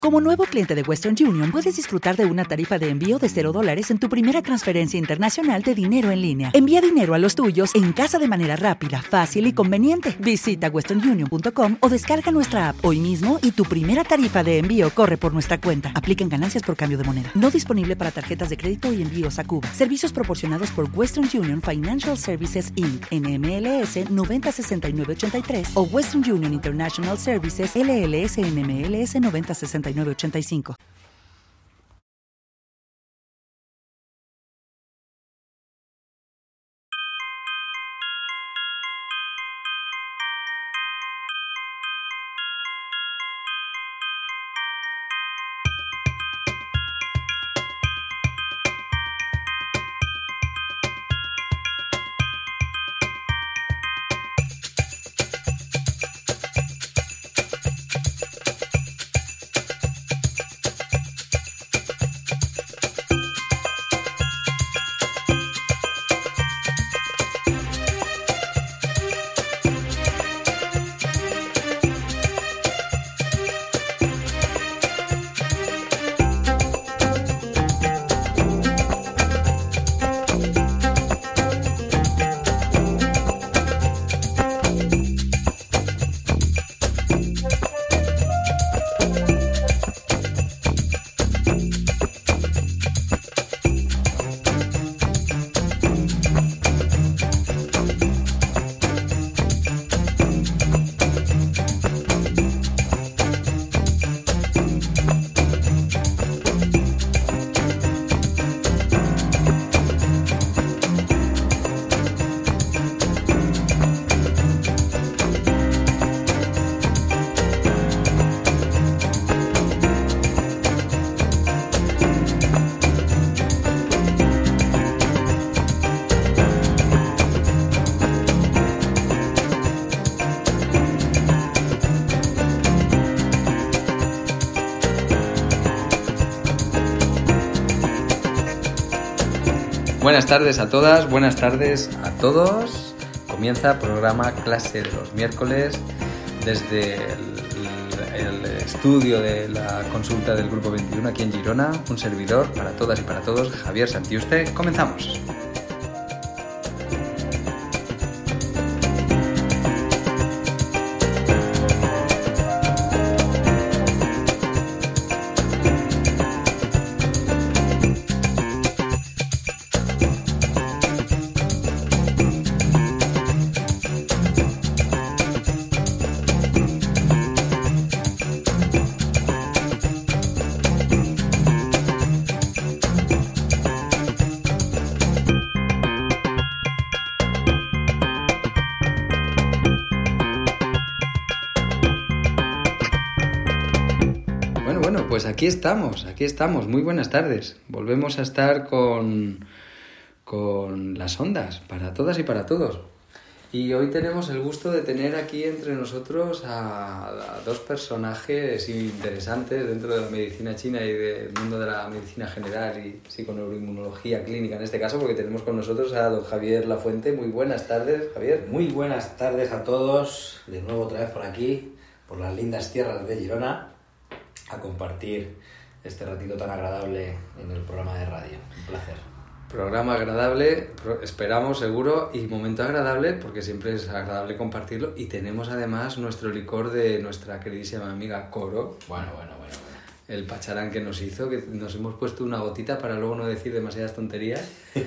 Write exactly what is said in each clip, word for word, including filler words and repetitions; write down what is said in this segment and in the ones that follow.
Como nuevo cliente de Western Union, puedes disfrutar de una tarifa de envío de cero dólares en tu primera transferencia internacional de dinero en línea. Envía dinero a los tuyos en casa de manera rápida, fácil y conveniente. Visita western union punto com o descarga nuestra app hoy mismo y tu primera tarifa de envío corre por nuestra cuenta. Aplican ganancias por cambio de moneda. No disponible para tarjetas de crédito y envíos a Cuba. Servicios proporcionados por Western Union Financial Services incorporated. N M L S noventa sesenta y nueve ochenta y tres o Western Union International Services L L S N M L S noventa sesenta y nueve ochenta y cinco. Buenas tardes a todas, buenas tardes a todos. Comienza programa Clase de los miércoles desde el, el estudio de la consulta del Grupo veintiuno aquí en Girona. Un servidor para todas y para todos, Javier Santiuste. Comenzamos. Pues aquí estamos, aquí estamos. Muy buenas tardes. Volvemos a estar con, con las ondas para todas y para todos. Y hoy tenemos el gusto de tener aquí entre nosotros a, a dos personajes interesantes dentro de la medicina china y del mundo de la medicina general y psiconeuroinmunología clínica en este caso, porque tenemos con nosotros a don Javier Lafuente. Muy buenas tardes, Javier. Muy buenas tardes a todos. De nuevo otra vez por aquí, por las lindas tierras de Girona, a compartir este ratito tan agradable en el programa de radio. Un placer. Programa agradable, esperamos seguro, y momento agradable, porque siempre es agradable compartirlo. Y tenemos además nuestro licor de nuestra queridísima amiga Coro. Bueno, bueno, bueno, bueno. El pacharán que nos hizo, que nos hemos puesto una gotita para luego no decir demasiadas tonterías.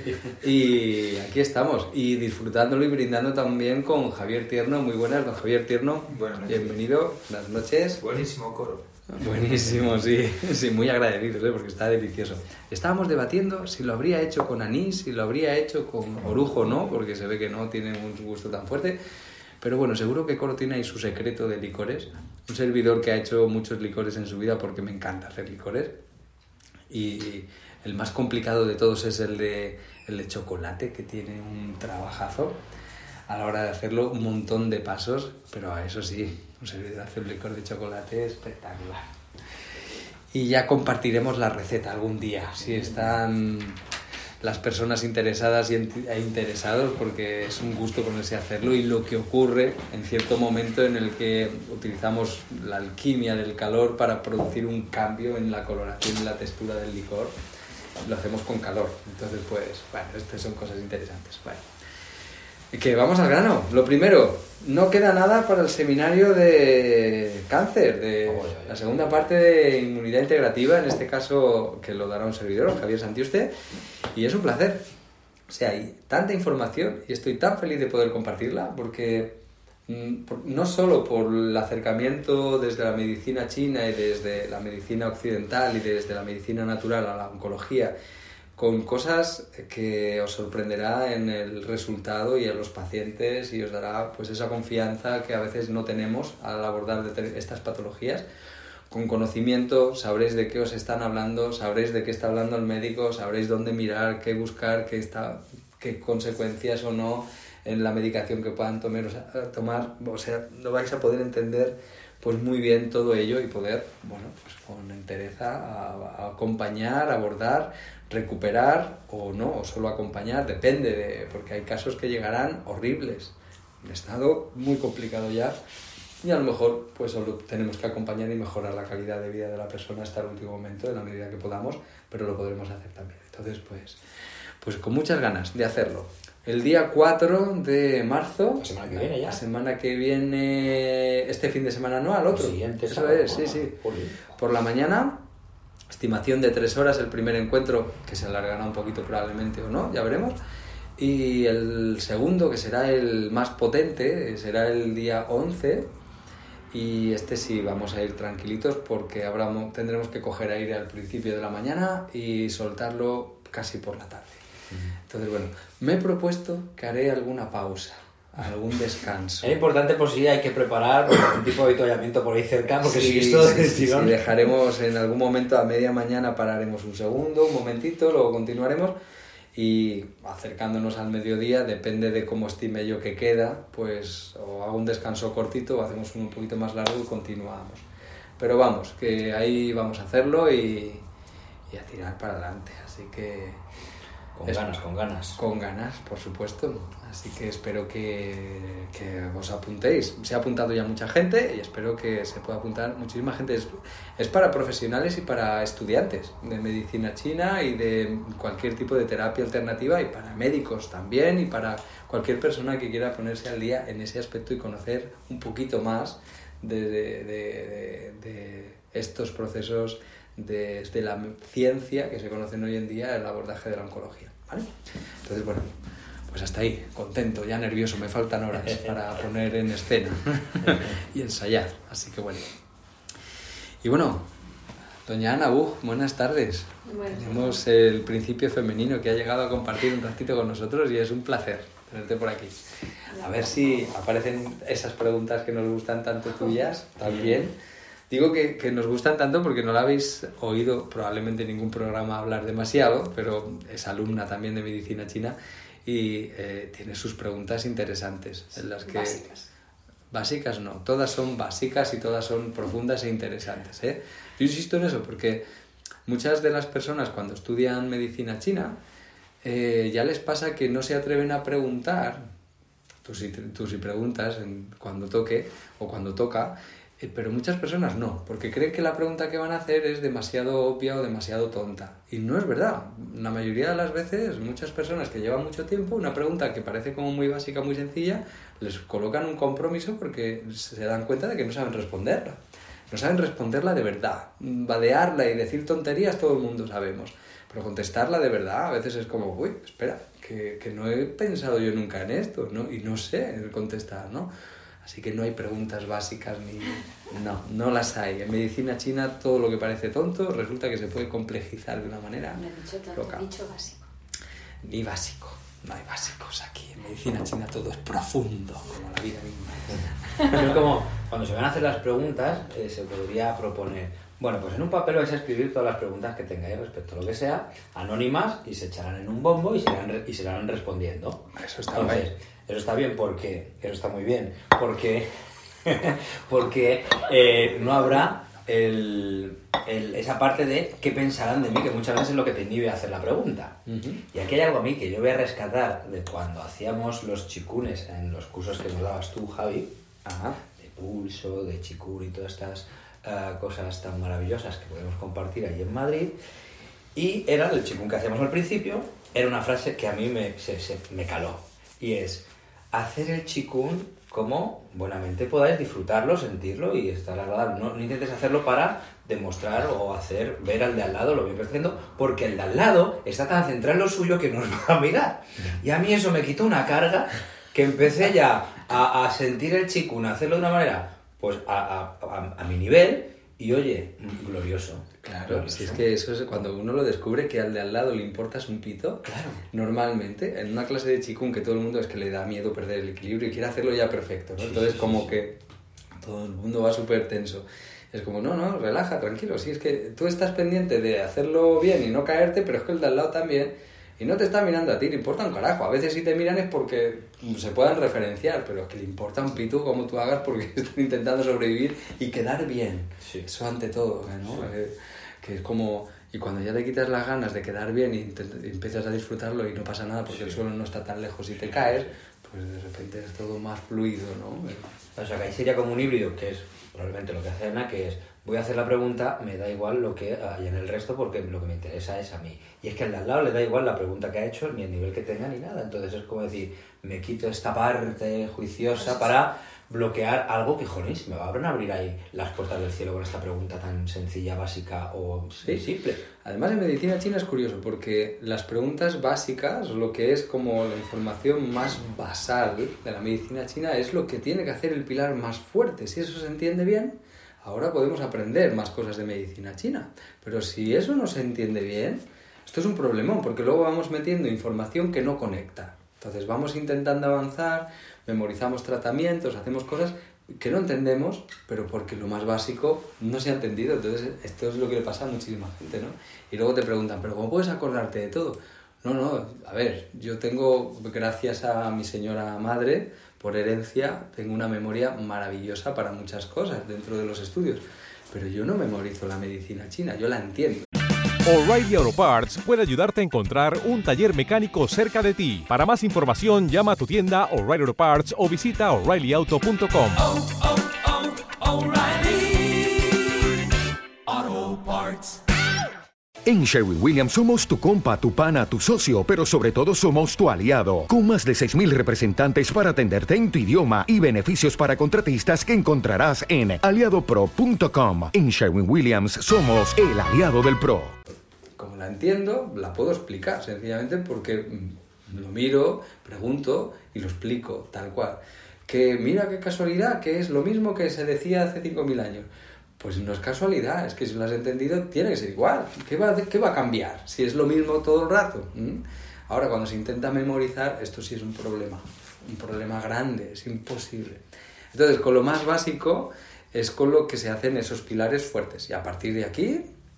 Y aquí estamos, y disfrutándolo y brindando también con Javier Tierno. Muy buenas, don Javier Tierno. Buenas noches. Bienvenido, buenas noches. Buenísimo Coro. Buenísimo, sí, sí, muy agradecidos, ¿eh? Porque está delicioso. Estábamos debatiendo si lo habría hecho con anís, si lo habría hecho con orujo, ¿no? Porque se ve que no tiene un gusto tan fuerte. Pero bueno, seguro que Coro tiene ahí su secreto de licores. Un servidor que ha hecho muchos licores en su vida porque me encanta hacer licores. Y el más complicado de todos es el de, el de chocolate, que tiene un trabajazo a la hora de hacerlo, un montón de pasos, pero a eso sí, un servidor hace un licor de chocolate espectacular. Y ya compartiremos la receta algún día, si están las personas interesadas y e interesados, porque es un gusto ponerse a hacerlo, y lo que ocurre en cierto momento en el que utilizamos la alquimia del calor para producir un cambio en la coloración y la textura del licor. Lo hacemos con calor. Entonces, pues, bueno, estas son cosas interesantes. Bueno, que vamos al grano. Lo primero, no queda nada para el seminario de cáncer, de oh, ya, ya. la segunda parte de inmunidad integrativa, en este caso que lo dará un servidor, Javier Santiuste, y es un placer. O sea, hay tanta información y estoy tan feliz de poder compartirla, porque no solo por el acercamiento desde la medicina china y desde la medicina occidental y desde la medicina natural a la oncología, con cosas que os sorprenderá en el resultado y a los pacientes, y os dará pues esa confianza que a veces no tenemos al abordar estas patologías. Con conocimiento sabréis de qué os están hablando, sabréis de qué está hablando el médico, sabréis dónde mirar, qué buscar, qué, está, qué consecuencias o no en la medicación que puedan tomar, o sea, tomar, o sea, no vais a poder entender pues muy bien todo ello y poder, bueno, pues con entereza a, a acompañar, abordar, recuperar o no, o solo acompañar, depende de, porque hay casos que llegarán horribles, en estado muy complicado ya, y a lo mejor pues solo tenemos que acompañar y mejorar la calidad de vida de la persona hasta el último momento, en la medida que podamos, pero lo podremos hacer también. Entonces, pues, pues con muchas ganas de hacerlo. El día cuatro de marzo, la semana que viene ya. La semana que viene, este fin de semana no, al otro. El siguiente Eso sábado, es, sí, sí. Por la mañana, estimación de tres horas el primer encuentro, que se alargará un poquito probablemente o no, ya veremos. Y el segundo, que será el más potente, será el día once. Y este sí vamos a ir tranquilitos porque habrá, tendremos que coger aire al principio de la mañana y soltarlo casi por la tarde. Entonces, bueno, me he propuesto que haré alguna pausa, algún descanso. Es importante por si hay que preparar un tipo de avituallamiento por ahí cerca, porque sí, si esto sí, es sí, sí, dejaremos en algún momento, a media mañana pararemos un segundo, un momentito, luego continuaremos, y acercándonos al mediodía, depende de cómo estime yo que queda, pues o hago un descanso cortito o hacemos uno un poquito más largo y continuamos. Pero vamos, que ahí vamos a hacerlo y, y a tirar para adelante, así que... Con es, ganas, con ganas. Con ganas, por supuesto. Así que espero que, que os apuntéis. Se ha apuntado ya mucha gente y espero que se pueda apuntar muchísima gente. Es, es para profesionales y para estudiantes de medicina china y de cualquier tipo de terapia alternativa, y para médicos también, y para cualquier persona que quiera ponerse al día en ese aspecto y conocer un poquito más de, de, de, de, de estos procesos desde la ciencia que se conocen hoy en día, el abordaje de la oncología, ¿vale? Entonces, bueno, pues hasta ahí, contento, ya nervioso, me faltan horas para poner en escena y ensayar, así que bueno. Y bueno, doña Ana Buch, buenas tardes. Bueno, tenemos el principio femenino que ha llegado a compartir un ratito con nosotros y es un placer tenerte por aquí. A ver si aparecen esas preguntas que nos gustan tanto tuyas también. Digo que, que nos gustan tanto porque no la habéis oído probablemente en ningún programa hablar demasiado, pero es alumna también de medicina china y eh, tiene sus preguntas interesantes. En las que, básicas. Básicas no, todas son básicas y todas son profundas e interesantes, ¿eh? Yo insisto en eso porque muchas de las personas cuando estudian medicina china eh, ya les pasa que no se atreven a preguntar, tú sí, tú sí preguntas en, cuando toque o cuando toca, pero muchas personas no, porque creen que la pregunta que van a hacer es demasiado obvia o demasiado tonta. Y no es verdad. La mayoría de las veces, muchas personas que llevan mucho tiempo, una pregunta que parece como muy básica, muy sencilla, les colocan un compromiso porque se dan cuenta de que no saben responderla. No saben responderla de verdad. Vadearla y decir tonterías todo el mundo sabemos. Pero contestarla de verdad a veces es como, uy, espera, que, que no he pensado yo nunca en esto, ¿no? Y no sé contestar, ¿no? Así que no hay preguntas básicas ni... No, no las hay. En medicina china todo lo que parece tonto resulta que se puede complejizar de una manera Me he dicho tanto, loca. dicho básico. Ni básico. No hay básicos aquí. En medicina china todo es profundo, como la vida misma. Es como cuando se van a hacer las preguntas, eh, se podría proponer, bueno, pues en un papel vais a escribir todas las preguntas que tengáis respecto a lo que sea, anónimas, y se echarán en un bombo y se irán, y se irán respondiendo. Eso está Entonces, bien. Eso está bien porque... Eso está muy bien. Porque... porque eh, no habrá el, el, esa parte de qué pensarán de mí, que muchas veces es lo que te inhibe a hacer la pregunta. Uh-huh. Y aquí hay algo a mí que yo voy a rescatar de cuando hacíamos los chikunes en los cursos que nos dabas tú, Javi, uh-huh. de pulso, de chikun y todas estas uh, cosas tan maravillosas que podemos compartir allí en Madrid. Y era el chikun que hacíamos al principio, era una frase que a mí me, se, se, me caló. Y es, hacer el chikun como buenamente podáis disfrutarlo, sentirlo y estar agradable. No, no intentes hacerlo para demostrar o hacer ver al de al lado lo bien que está haciendo, porque el de al lado está tan centrado en lo suyo que nos va a mirar. Y a mí eso me quitó una carga que empecé ya a, a sentir el chikun, a hacerlo de una manera pues a, a, a, a mi nivel. Y oye, glorioso. Claro, glorioso. Si es que eso es cuando uno lo descubre que al de al lado le importas un pito. Claro. Normalmente, en una clase de chikun que todo el mundo es que le da miedo perder el equilibrio y quiere hacerlo ya perfecto, ¿no? Sí, Entonces sí, como sí. que todo el mundo va súper tenso. Es como, no, no, relaja, tranquilo. Si es que tú estás pendiente de hacerlo bien y no caerte, pero es que el de al lado también... Y no te está mirando a ti, le importa un carajo. A veces si te miran es porque se puedan referenciar, pero es que le importa un pito como tú hagas porque están intentando sobrevivir y quedar bien. Sí. Eso ante todo, ¿no? Sí. Eh, que es como... Y cuando ya te quitas las ganas de quedar bien y, te, y empiezas a disfrutarlo y no pasa nada porque sí. el suelo no está tan lejos y te caes, pues de repente es todo más fluido, ¿no? O sea, que ahí sería como un híbrido, que es probablemente lo que hace Ana, que es voy a hacer la pregunta, me da igual lo que hay en el resto porque lo que me interesa es a mí. Y es que al de al lado le da igual la pregunta que ha hecho, ni el nivel que tenga, ni nada. Entonces es como decir, me quito esta parte juiciosa para bloquear algo que, jolín, me va a abrir ahí las puertas del cielo con esta pregunta tan sencilla, básica o sí. simple. Además, en medicina china es curioso porque las preguntas básicas, lo que es como la información más basal de la medicina china, es lo que tiene que hacer el pilar más fuerte. Si eso se entiende bien, ahora podemos aprender más cosas de medicina china. Pero si eso no se entiende bien, esto es un problemón, porque luego vamos metiendo información que no conecta. Entonces vamos intentando avanzar, memorizamos tratamientos, hacemos cosas que no entendemos, pero porque lo más básico no se ha entendido. Entonces esto es lo que le pasa a muchísima gente, ¿no? Y luego te preguntan, ¿pero cómo puedes acordarte de todo? No, no, a ver, yo tengo, gracias a mi señora madre, por herencia, tengo una memoria maravillosa para muchas cosas dentro de los estudios. Pero yo no memorizo la medicina china, yo la entiendo. O'Reilly Auto Parts puede ayudarte a encontrar un taller mecánico cerca de ti. Para más información, llama a tu tienda O'Reilly Auto Parts o visita O'Reilly Auto punto com. Oh, oh, oh, O'Reilly Auto Parts. En Sherwin-Williams somos tu compa, tu pana, tu socio, pero sobre todo somos tu aliado. Con más de seis mil representantes para atenderte en tu idioma y beneficios para contratistas que encontrarás en aliado pro punto com. En Sherwin-Williams somos el aliado del pro. Como la entiendo, la puedo explicar, sencillamente porque lo miro, pregunto y lo explico, tal cual. Que mira qué casualidad, que es lo mismo que se decía hace cinco mil años. Pues no es casualidad, es que si lo has entendido tiene que ser igual. ¿Qué va, qué va a cambiar si es lo mismo todo el rato? ¿Mm? Ahora, cuando se intenta memorizar, esto sí es un problema, un problema grande, es imposible. Entonces, con lo más básico es con lo que se hacen esos pilares fuertes. Y a partir de aquí,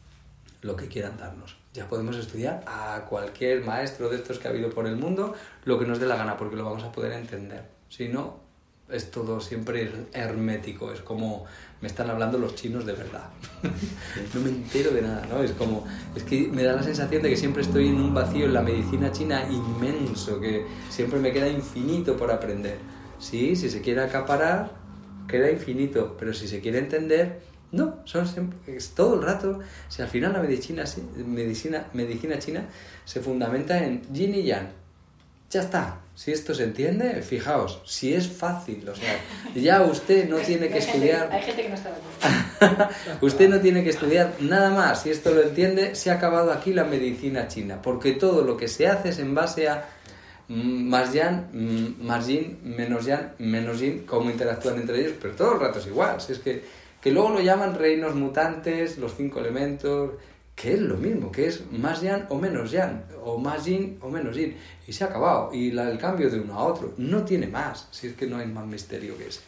lo que quieran darnos. Ya podemos estudiar a cualquier maestro de estos que ha habido por el mundo, lo que nos dé la gana, porque lo vamos a poder entender. Si no, es todo siempre hermético, es como me están hablando los chinos de verdad. No me entero de nada, ¿no? Es como, es que me da la sensación de que siempre estoy en un vacío en la medicina china inmenso, que siempre me queda infinito por aprender. Sí, si se quiere acaparar, queda infinito, pero si se quiere entender, no, son siempre, es todo el rato. Si al final la medicina, medicina, medicina china se fundamenta en yin y yang. Ya está. Si esto se entiende, fijaos, si es fácil, o sea, ya usted no tiene que estudiar... Hay gente que no está de acuerdo. Usted no tiene que estudiar nada más, si esto lo entiende, se ha acabado aquí la medicina china, porque todo lo que se hace es en base a más yang, más yin, menos yang, menos yin, cómo interactúan entre ellos, pero todo el rato es igual, si es que, que luego lo llaman reinos mutantes, los cinco elementos... que es lo mismo, que es más yang o menos yang, o más yin o menos yin, y se ha acabado, y la, el cambio de uno a otro no tiene más, si es que no hay más misterio que ese.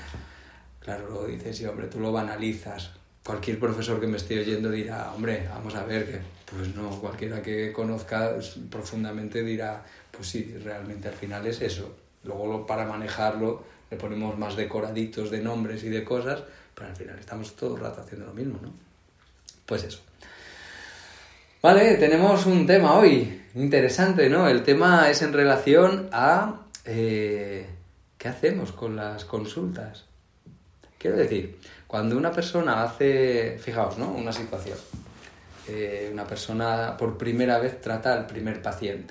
Claro, luego dices, sí, hombre, tú lo banalizas, cualquier profesor que me esté oyendo dirá, hombre, vamos a ver, que pues no, cualquiera que conozca profundamente dirá, pues sí, realmente al final es eso, luego para manejarlo le ponemos más decoraditos de nombres y de cosas, Pero al final estamos todo el rato haciendo lo mismo, ¿no? Pues eso. Vale, tenemos un tema hoy interesante, ¿no? El tema es en relación a eh, ¿qué hacemos con las consultas? Quiero decir, cuando una persona hace, fijaos, ¿no? Una situación. Eh, una persona por primera vez trata al primer paciente.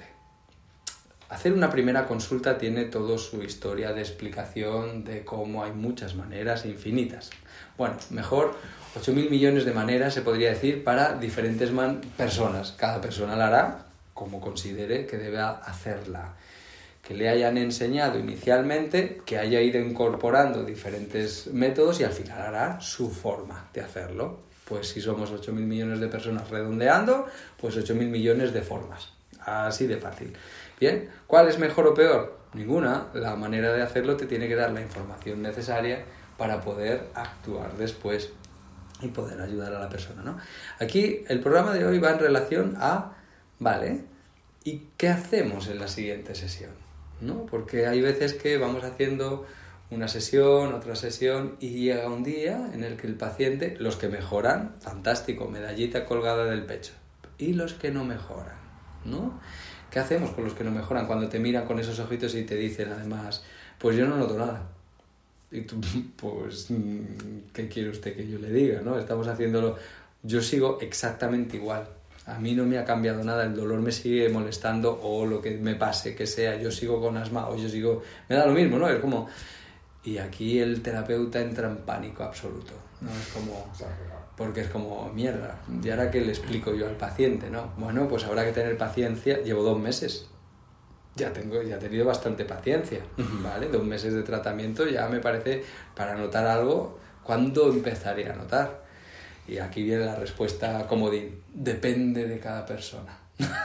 Hacer una primera consulta tiene toda su historia de explicación de cómo hay muchas maneras infinitas. Bueno, mejor ocho mil millones de maneras se podría decir para diferentes man- personas. Cada persona la hará como considere que debe hacerla. Que le hayan enseñado inicialmente, que haya ido incorporando diferentes métodos y al final hará su forma de hacerlo. Pues si somos ocho mil millones de personas redondeando, pues ocho mil millones de formas. Así de fácil. Bien, ¿cuál es mejor o peor? Ninguna. La manera de hacerlo te tiene que dar la información necesaria para poder actuar después y poder ayudar a la persona, ¿no? Aquí el programa de hoy va en relación a, vale, ¿y qué hacemos en la siguiente sesión? ¿No? Porque hay veces que vamos haciendo una sesión, otra sesión y llega un día en el que el paciente, los que mejoran, fantástico, medallita colgada del pecho, y los que no mejoran, ¿no? ¿Qué hacemos con los que no mejoran cuando te miran con esos ojitos y te dicen además, pues yo no noto nada? Y tú, pues, ¿qué quiere usted que yo le diga, no? Estamos haciéndolo, yo sigo exactamente igual. A mí no me ha cambiado nada, el dolor me sigue molestando o lo que me pase, que sea, yo sigo con asma o yo sigo... Me da lo mismo, ¿no? Es como... Y aquí el terapeuta entra en pánico absoluto, ¿no? Es como... Porque es como, mierda, ¿y ahora qué le explico yo al paciente, no? Bueno, pues habrá que tener paciencia, llevo dos meses. Ya tengo, ya he tenido bastante paciencia, ¿vale? Dos meses de tratamiento ya me parece, para notar algo, ¿cuándo empezaré a notar? Y aquí viene la respuesta comodín, depende de cada persona.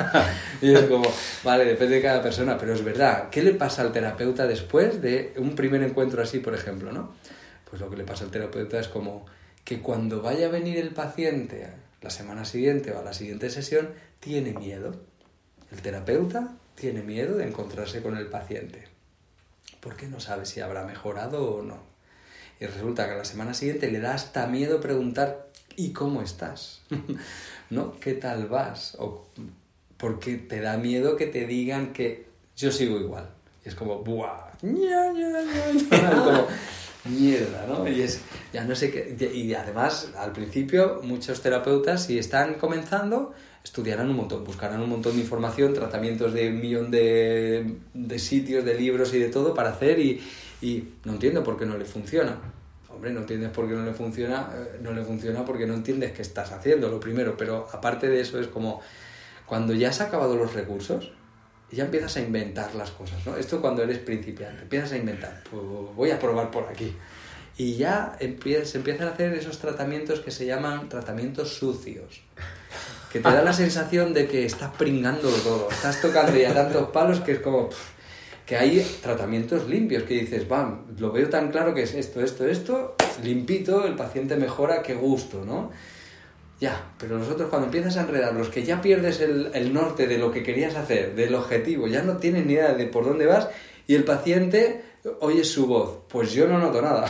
Y es como, vale, depende de cada persona, pero es verdad, ¿qué le pasa al terapeuta después de un primer encuentro así, por ejemplo, no? Pues lo que le pasa al terapeuta es como que cuando vaya a venir el paciente la semana siguiente o a la siguiente sesión, tiene miedo. El terapeuta tiene miedo de encontrarse con el paciente, porque no sabe si habrá mejorado o no. Y resulta que a la semana siguiente le da hasta miedo preguntar ¿y cómo estás? ¿No? ¿Qué tal vas? O porque te da miedo que te digan que yo sigo igual. Y es como, ¡buah! ¡Ña, ña, ña! Es como, mierda, ¿no? Y es, ya no sé qué... Y además, al principio, muchos terapeutas, si están comenzando, estudiarán un montón, buscarán un montón de información, tratamientos de un millón de, de sitios, de libros y de todo para hacer y, y no entiendo por qué no le funciona. Hombre, no entiendes por qué no le funciona, no le funciona porque no entiendes qué estás haciendo, lo primero, pero aparte de eso es como cuando ya has acabado los recursos, ya empiezas a inventar las cosas, ¿no? Esto cuando eres principiante, empiezas a inventar, pues voy a probar por aquí. Y ya empiezas, se empiezan a hacer esos tratamientos que se llaman tratamientos sucios, que te da la sensación de que estás pringándolo todo, estás tocando ya tantos palos que es como... Pff, que hay tratamientos limpios, que dices, bam, lo veo tan claro que es esto, esto, esto, limpito, el paciente mejora, qué gusto, ¿no? Ya, pero los otros cuando empiezas a enredar, los que ya pierdes el, el norte de lo que querías hacer, del objetivo, ya no tienes ni idea de por dónde vas, y el paciente oye su voz, pues yo no noto nada.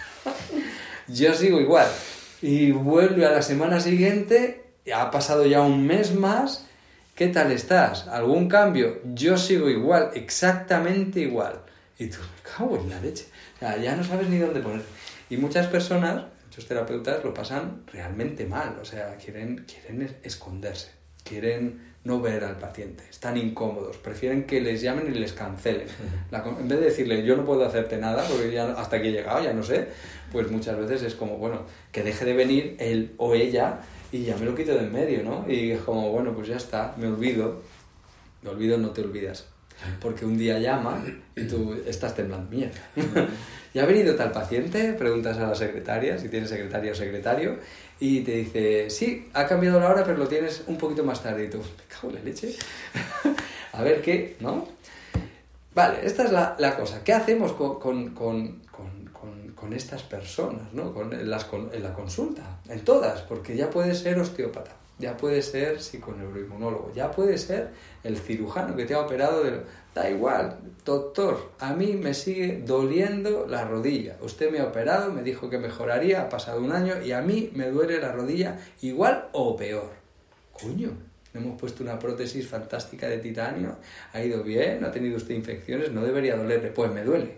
Yo sigo igual. Y vuelve a la semana siguiente, ha pasado ya un mes más, ¿qué tal estás? ¿Algún cambio? Yo sigo igual, exactamente igual. Y tú, me cago en la leche. O sea, ya no sabes ni dónde poner. Y muchas personas, muchos terapeutas lo pasan realmente mal. O sea, quieren, quieren esconderse. Quieren no ver al paciente. Están incómodos. Prefieren que les llamen y les cancelen. La, en vez de decirle, yo no puedo hacerte nada porque ya hasta aquí he llegado, ya no sé. Pues muchas veces es como, bueno, que deje de venir él o ella y ya me lo quito de en medio, ¿no? Y es como, bueno, pues ya está, me olvido. Me olvido, no te olvidas. Porque un día llama y tú estás temblando. Mierda. ¿Ya ha venido tal paciente? Preguntas a la secretaria, si tienes secretaria o secretario, y te dice, sí, ha cambiado la hora, pero lo tienes un poquito más tarde. Y tú, me cago en la leche. A ver qué, ¿no? Vale, esta es la, la cosa. ¿Qué hacemos con, con, con, con, con, con estas personas, ¿no? Con, en, las, con, en la consulta, en todas, porque ya puedes ser osteópata, ya puede ser psiconeuroinmunólogo, ya puede ser el cirujano que te ha operado de lo... Da igual, doctor, a mí me sigue doliendo la rodilla. Usted me ha operado, me dijo que mejoraría, ha pasado un año y a mí me duele la rodilla igual o peor. Coño, le hemos puesto una prótesis fantástica de titanio, ha ido bien, no ha tenido usted infecciones, no debería dolerle, pues me duele.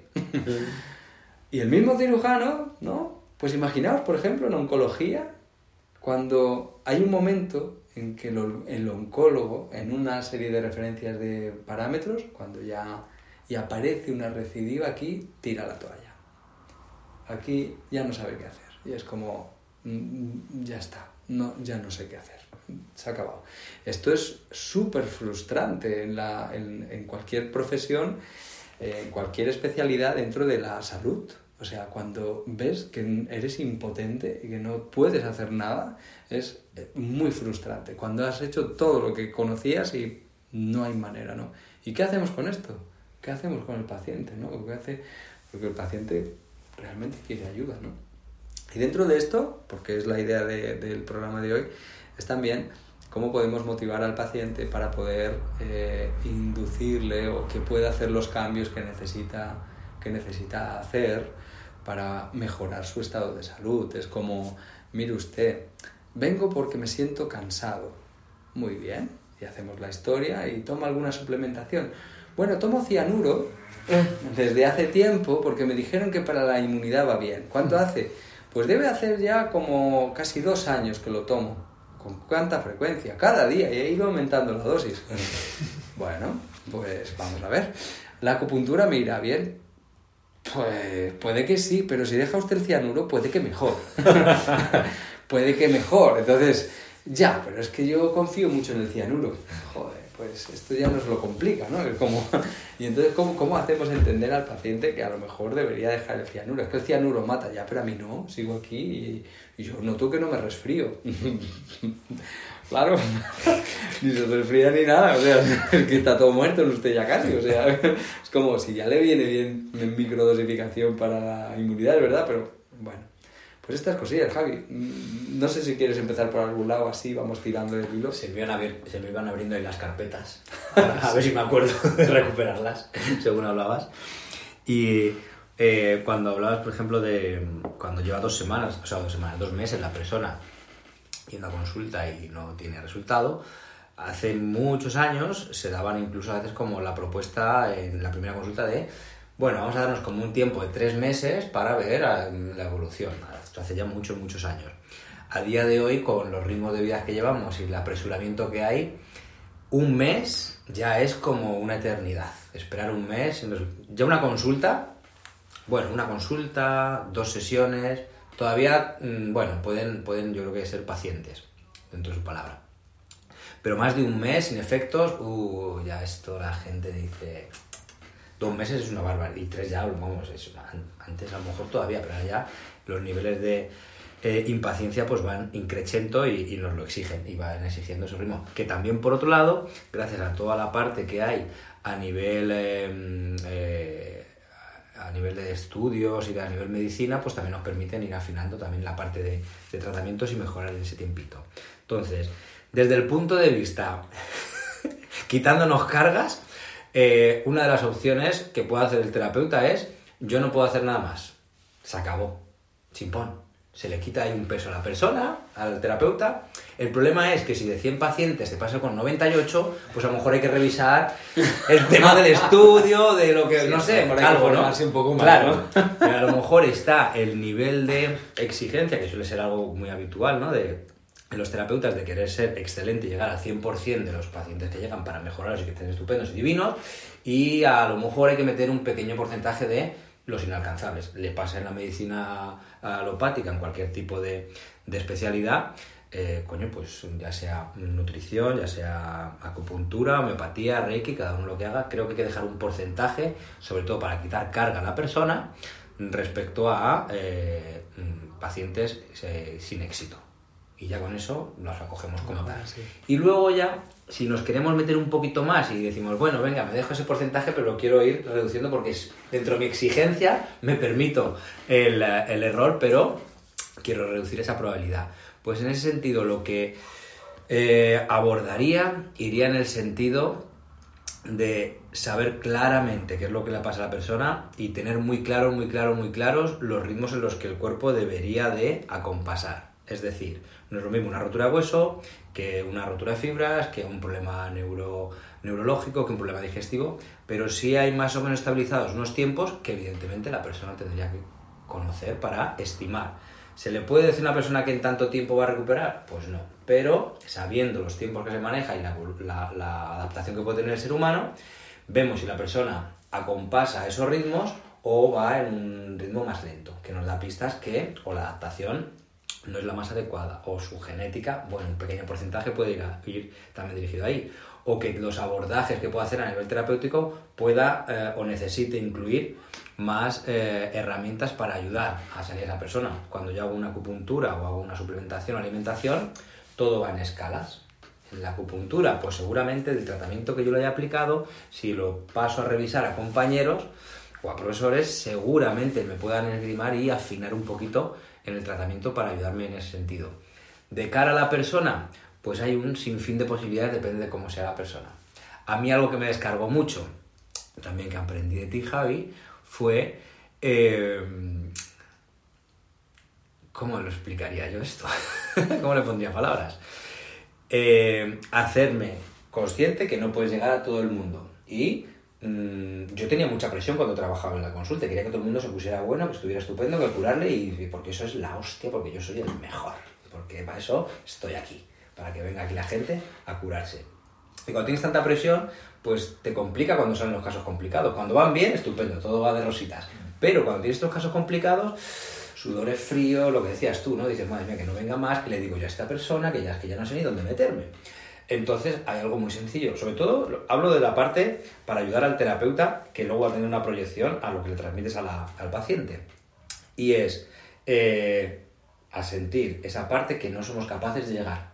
Y el mismo cirujano, ¿no? Pues imaginaos, por ejemplo, en oncología, cuando hay un momento en que el oncólogo, en una serie de referencias de parámetros, cuando ya y aparece una recidiva aquí, tira la toalla. Aquí ya no sabe qué hacer. Y es como, ya está, no, ya no sé qué hacer. Se ha acabado. Esto es súper frustrante en, la, en, en cualquier profesión, eh, en cualquier especialidad dentro de la salud. O sea, cuando ves que eres impotente y que no puedes hacer nada, es muy frustrante. Cuando has hecho todo lo que conocías y no hay manera, ¿no? ¿Y qué hacemos con esto? ¿Qué hacemos con el paciente, no? ¿Qué hace? Porque el paciente realmente quiere ayuda, ¿no? Y dentro de esto, porque es la idea de, del programa de hoy, es también cómo podemos motivar al paciente para poder eh, inducirle o que pueda hacer los cambios que necesita, que necesita hacer para mejorar su estado de salud. Es como, mire usted, vengo porque me siento cansado. Muy bien, y hacemos la historia y toma alguna suplementación. Bueno, tomo cianuro desde hace tiempo porque me dijeron que para la inmunidad va bien. ¿Cuánto hace? Pues debe hacer ya como casi dos años que lo tomo. ¿Con cuánta frecuencia? Cada día, y he ido aumentando la dosis. Bueno, pues vamos a ver. ¿La acupuntura me irá bien? Pues puede que sí, pero si deja usted el cianuro, puede que mejor. Puede que mejor. Entonces, ya, pero es que yo confío mucho en el cianuro. Joder, pues esto ya nos lo complica, ¿no? Es como... Y entonces, ¿cómo, ¿cómo hacemos entender al paciente que a lo mejor debería dejar el cianuro? Es que el cianuro mata ya, pero a mí no. Sigo aquí y, y yo noto que no me resfrío. Claro, ni se resfría ni nada, o sea, es que está todo muerto en usted ya casi, o sea, es como si ya le viene bien en microdosificación para la inmunidad, ¿verdad? Pero bueno, pues estas cosillas, Javi, no sé si quieres empezar por algún lado así, vamos tirando del hilo. Se me iban, abri- se me iban abriendo ahí las carpetas, a ver si me acuerdo de recuperarlas, según hablabas. Y eh, cuando hablabas, por ejemplo, de cuando lleva dos semanas, o sea, dos semanas, dos meses la persona yendo a consulta y no tiene resultado, hace muchos años se daban incluso a veces como la propuesta en la primera consulta de, bueno, vamos a darnos como un tiempo de tres meses para ver la evolución. Esto hace ya muchos, muchos años. A día de hoy, con los ritmos de vida que llevamos y el apresuramiento que hay, un mes ya es como una eternidad. Esperar un mes, ya una consulta, bueno, una consulta, dos sesiones... Todavía, bueno, pueden, pueden yo creo que ser pacientes, dentro de su palabra. Pero más de un mes sin efectos, uh, ya esto la gente dice... Dos meses es una barbaridad, y tres ya, vamos, es una, antes a lo mejor todavía, pero ahora ya los niveles de eh, impaciencia pues van increciendo y, y nos lo exigen, y van exigiendo ese ritmo. Que también, por otro lado, gracias a toda la parte que hay a nivel... Eh, eh, a nivel de estudios y a nivel medicina, pues también nos permiten ir afinando también la parte de, de tratamientos y mejorar en ese tiempito. Entonces, desde el punto de vista, quitándonos cargas, eh, una de las opciones que puede hacer el terapeuta es, yo no puedo hacer nada más. Se acabó. Chimpón. Se le quita ahí un peso a la persona, al terapeuta. El problema es que si de cien pacientes te pasa con noventa y ocho, pues a lo mejor hay que revisar el tema del estudio, de lo que, sí, no sé, algo, ¿no? Un poco más, claro, ¿no? Pero a lo mejor está el nivel de exigencia, que suele ser algo muy habitual, ¿no? De, de los terapeutas, de querer ser excelente y llegar al cien por ciento de los pacientes que llegan para mejorarlos y que estén estupendos y divinos, y a lo mejor hay que meter un pequeño porcentaje de los inalcanzables. Le pasa en la medicina alopática, en cualquier tipo de, de especialidad, eh, coño, pues ya sea nutrición, ya sea acupuntura, homeopatía, reiki, cada uno lo que haga, creo que hay que dejar un porcentaje, sobre todo para quitar carga a la persona, respecto a eh, pacientes eh, sin éxito. Y ya con eso los acogemos como tal. Sí. Y luego ya, si nos queremos meter un poquito más y decimos, bueno, venga, me dejo ese porcentaje, pero lo quiero ir reduciendo porque es, dentro de mi exigencia me permito el, el error, pero quiero reducir esa probabilidad. Pues en ese sentido, lo que Eh, abordaría, iría en el sentido de saber claramente qué es lo que le pasa a la persona y tener muy claro, muy claro, muy claros los ritmos en los que el cuerpo debería de acompasar. Es decir, no es lo mismo una rotura de hueso que una rotura de fibras, que un problema neuro, neurológico, que un problema digestivo, pero sí hay más o menos estabilizados unos tiempos que evidentemente la persona tendría que conocer para estimar. ¿Se le puede decir a una persona que en tanto tiempo va a recuperar? Pues no, pero sabiendo los tiempos que se maneja y la, la, la adaptación que puede tener el ser humano, vemos si la persona acompasa esos ritmos o va en un ritmo más lento, que nos da pistas que o la adaptación no es la más adecuada, o su genética, bueno, un pequeño porcentaje puede ir, a, ir también dirigido ahí, o que los abordajes que pueda hacer a nivel terapéutico pueda eh, o necesite incluir más eh, herramientas para ayudar a salir a esa persona. Cuando yo hago una acupuntura o hago una suplementación o alimentación, todo va en escalas. En la acupuntura, pues seguramente el tratamiento que yo le haya aplicado, si lo paso a revisar a compañeros o a profesores, seguramente me puedan esgrimar y afinar un poquito en el tratamiento para ayudarme en ese sentido. De cara a la persona, pues hay un sinfín de posibilidades, depende de cómo sea la persona. A mí algo que me descargó mucho, también que aprendí de ti, Javi, fue... Eh, ¿Cómo lo explicaría yo esto? ¿Cómo le pondría palabras? Eh, hacerme consciente que no puedes llegar a todo el mundo. Y mmm, yo tenía mucha presión cuando trabajaba en la consulta. Quería que todo el mundo se pusiera bueno, que estuviera estupendo, que curarle, y porque eso es la hostia, porque yo soy el mejor. Porque para eso estoy aquí, para que venga aquí la gente a curarse. Y cuando tienes tanta presión, pues te complica cuando salen los casos complicados. Cuando van bien, estupendo, todo va de rositas. Pero cuando tienes estos casos complicados, sudores fríos, lo que decías tú, ¿no? Dices, madre mía, que no venga más, que le digo yo a esta persona, que ya, que ya no sé ni dónde meterme. Entonces, hay algo muy sencillo. Sobre todo, hablo de la parte para ayudar al terapeuta, que luego va a tener una proyección a lo que le transmites a la, al paciente. Y es eh, a sentir esa parte que no somos capaces de llegar.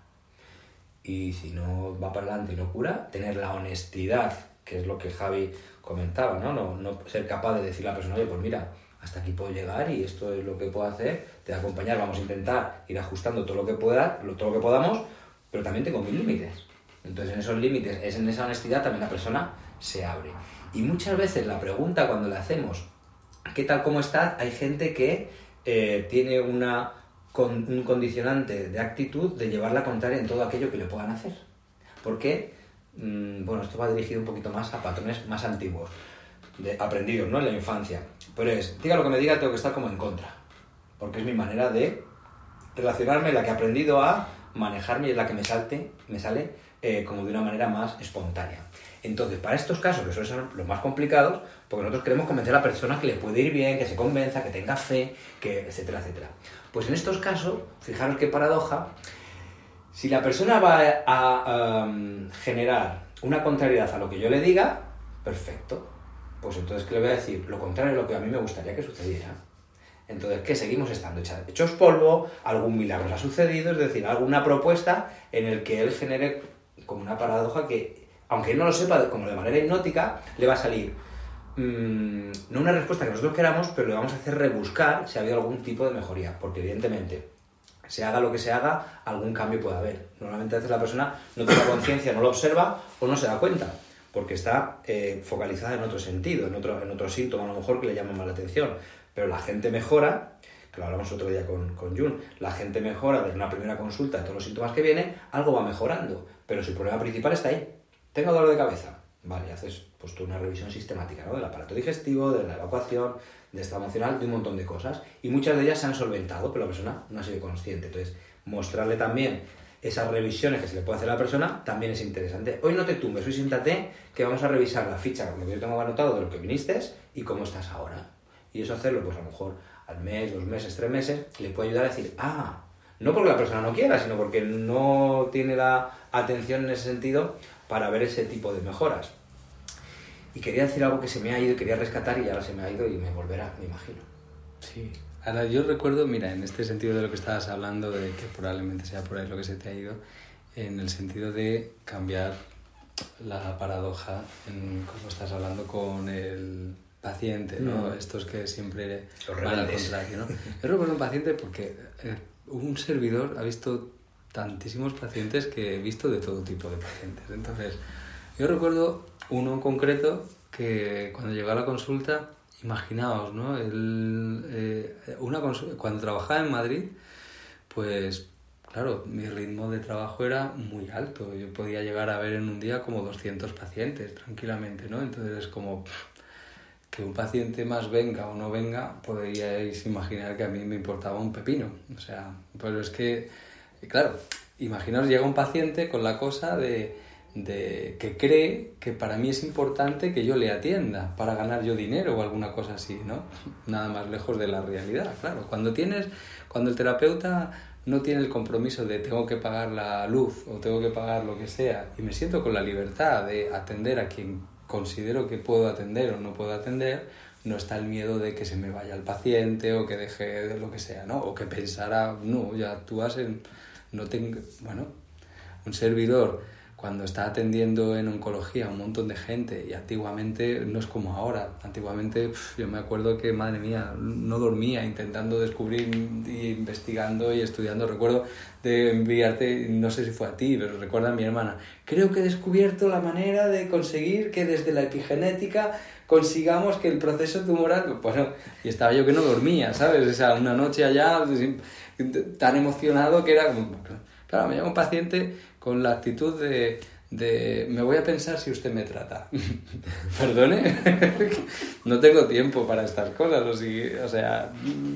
Y si no va para adelante y no cura, tener la honestidad, que es lo que Javi comentaba, ¿no? No, no ser capaz de decirle a la persona, oye, pues mira, hasta aquí puedo llegar y esto es lo que puedo hacer, te voy a acompañar, vamos a intentar ir ajustando todo lo que pueda, todo lo que podamos, pero también tengo mis límites. Entonces en esos límites, es en esa honestidad, también la persona se abre. Y muchas veces la pregunta cuando le hacemos, ¿qué tal, cómo estás? Hay gente que eh, tiene una, con, un condicionante de actitud de llevar la contraria en todo aquello que le puedan hacer. ¿Por qué? Mm, bueno, esto va dirigido un poquito más a patrones más antiguos, de, aprendidos, ¿no? En la infancia. Pero es, diga lo que me diga, tengo que estar como en contra. Porque es mi manera de relacionarme, la que he aprendido a manejarme y es la que me, salte, me sale eh, como de una manera más espontánea. Entonces, para estos casos, que suelen ser los más complicados, porque nosotros queremos convencer a la persona que le puede ir bien, que se convenza, que tenga fe, que etcétera, etcétera. Pues en estos casos, fijaros qué paradoja, si la persona va a, a um, generar una contrariedad a lo que yo le diga, perfecto. Pues entonces, ¿qué le voy a decir? Lo contrario de lo que a mí me gustaría que sucediera. Entonces, ¿qué? Seguimos estando hechos polvo, algún milagro ha sucedido, es decir, alguna propuesta en el que él genere como una paradoja que, aunque él no lo sepa como de manera hipnótica, le va a salir mmm, no una respuesta que nosotros queramos, pero le vamos a hacer rebuscar si ha habido algún tipo de mejoría, porque evidentemente, se haga lo que se haga, algún cambio puede haber. Normalmente a veces la persona no tiene conciencia, no lo observa o no se da cuenta, porque está eh, focalizada en otro sentido, en otro, en otro síntoma a lo mejor que le llama más la atención. Pero la gente mejora, que lo hablamos otro día con, con Jun, la gente mejora desde una primera consulta de todos los síntomas que vienen, algo va mejorando, pero su problema principal está ahí. Tengo dolor de cabeza, vale, haces pues tú una revisión sistemática, ¿no? Del aparato digestivo, de la evacuación, de estado emocional, de un montón de cosas, y muchas de ellas se han solventado, pero la persona no ha sido consciente. Entonces, mostrarle también esas revisiones que se le puede hacer a la persona también es interesante. Hoy no te tumbes, hoy siéntate que vamos a revisar la ficha, lo que yo tengo anotado de lo que viniste y cómo estás ahora. Y eso hacerlo, pues a lo mejor al mes, dos meses, tres meses, le puede ayudar a decir, ah, no porque la persona no quiera, sino porque no tiene la atención en ese sentido para ver ese tipo de mejoras. Y quería decir algo que se me ha ido y quería rescatar y ahora se me ha ido y me volverá, me imagino. Sí, ahora yo recuerdo, mira, en este sentido de lo que estabas hablando, de que probablemente sea por ahí lo que se te ha ido, en el sentido de cambiar la paradoja, en cómo estás hablando con el paciente, ¿no? Mm. Estos que siempre Los van al rebeldes. contrario, ¿no? Yo recuerdo un paciente porque eh, un servidor ha visto tantísimos pacientes que he visto de todo tipo de pacientes. Entonces, yo recuerdo uno en concreto que cuando llegó a la consulta, imaginaos, ¿no? El, eh, una consulta, cuando trabajaba en Madrid, pues claro, mi ritmo de trabajo era muy alto. Yo podía llegar a ver en un día como doscientos pacientes tranquilamente, ¿no? Entonces es como que un paciente más venga o no venga, podríais imaginar que a mí me importaba un pepino. O sea, pero es que, claro, imaginaos, llega un paciente con la cosa de, de que cree que para mí es importante que yo le atienda para ganar yo dinero o alguna cosa así, ¿no? Nada más lejos de la realidad, claro. Cuando tienes, cuando el terapeuta no tiene el compromiso de tengo que pagar la luz o tengo que pagar lo que sea y me siento con la libertad de atender a quien considero que puedo atender o no puedo atender, no está el miedo de que se me vaya el paciente o que deje de lo que sea, ¿no? O que pensara, no, ya actúas en... no tengo... Bueno, un servidor cuando está atendiendo en oncología a un montón de gente y antiguamente no es como ahora. Antiguamente pf, yo me acuerdo que, madre mía, no dormía intentando descubrir y investigando y estudiando. Recuerdo de enviarte, no sé si fue a ti, pero recuerda a mi hermana, creo que he descubierto la manera de conseguir que desde la epigenética consigamos que el proceso tumoral... Bueno, y estaba yo que no dormía, ¿sabes? O sea, una noche allá tan emocionado que era como... Claro, me llama un paciente con la actitud de, de me voy a pensar si usted me trata. Perdone, no tengo tiempo para estas cosas, o, si, o sea,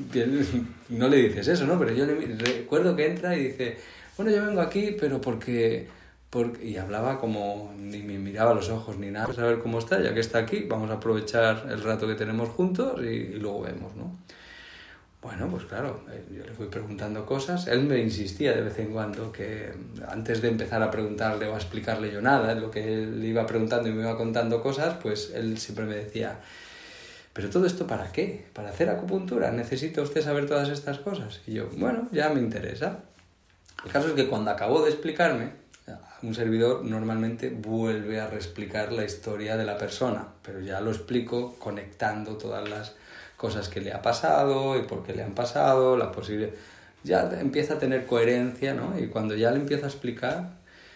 no le dices eso, ¿no? Pero yo le recuerdo que entra y dice, bueno, yo vengo aquí, pero porque, porque... Y hablaba como, ni me miraba a los ojos ni nada, saber cómo está, ya que está aquí, vamos a aprovechar el rato que tenemos juntos y, y luego vemos, ¿no? Bueno, pues claro, yo le fui preguntando cosas. Él me insistía de vez en cuando que antes de empezar a preguntarle o a explicarle yo nada, en lo que él iba preguntando y me iba contando cosas, pues él siempre me decía, ¿pero todo esto para qué? ¿Para hacer acupuntura? ¿Necesita usted saber todas estas cosas? Y yo, bueno, ya me interesa. El caso es que cuando acabó de explicarme, un servidor normalmente vuelve a reexplicar la historia de la persona, pero ya lo explico conectando todas las cosas que le ha pasado y por qué le han pasado, la posible... Ya empieza a tener coherencia, ¿no? Y cuando ya le empiezo a explicar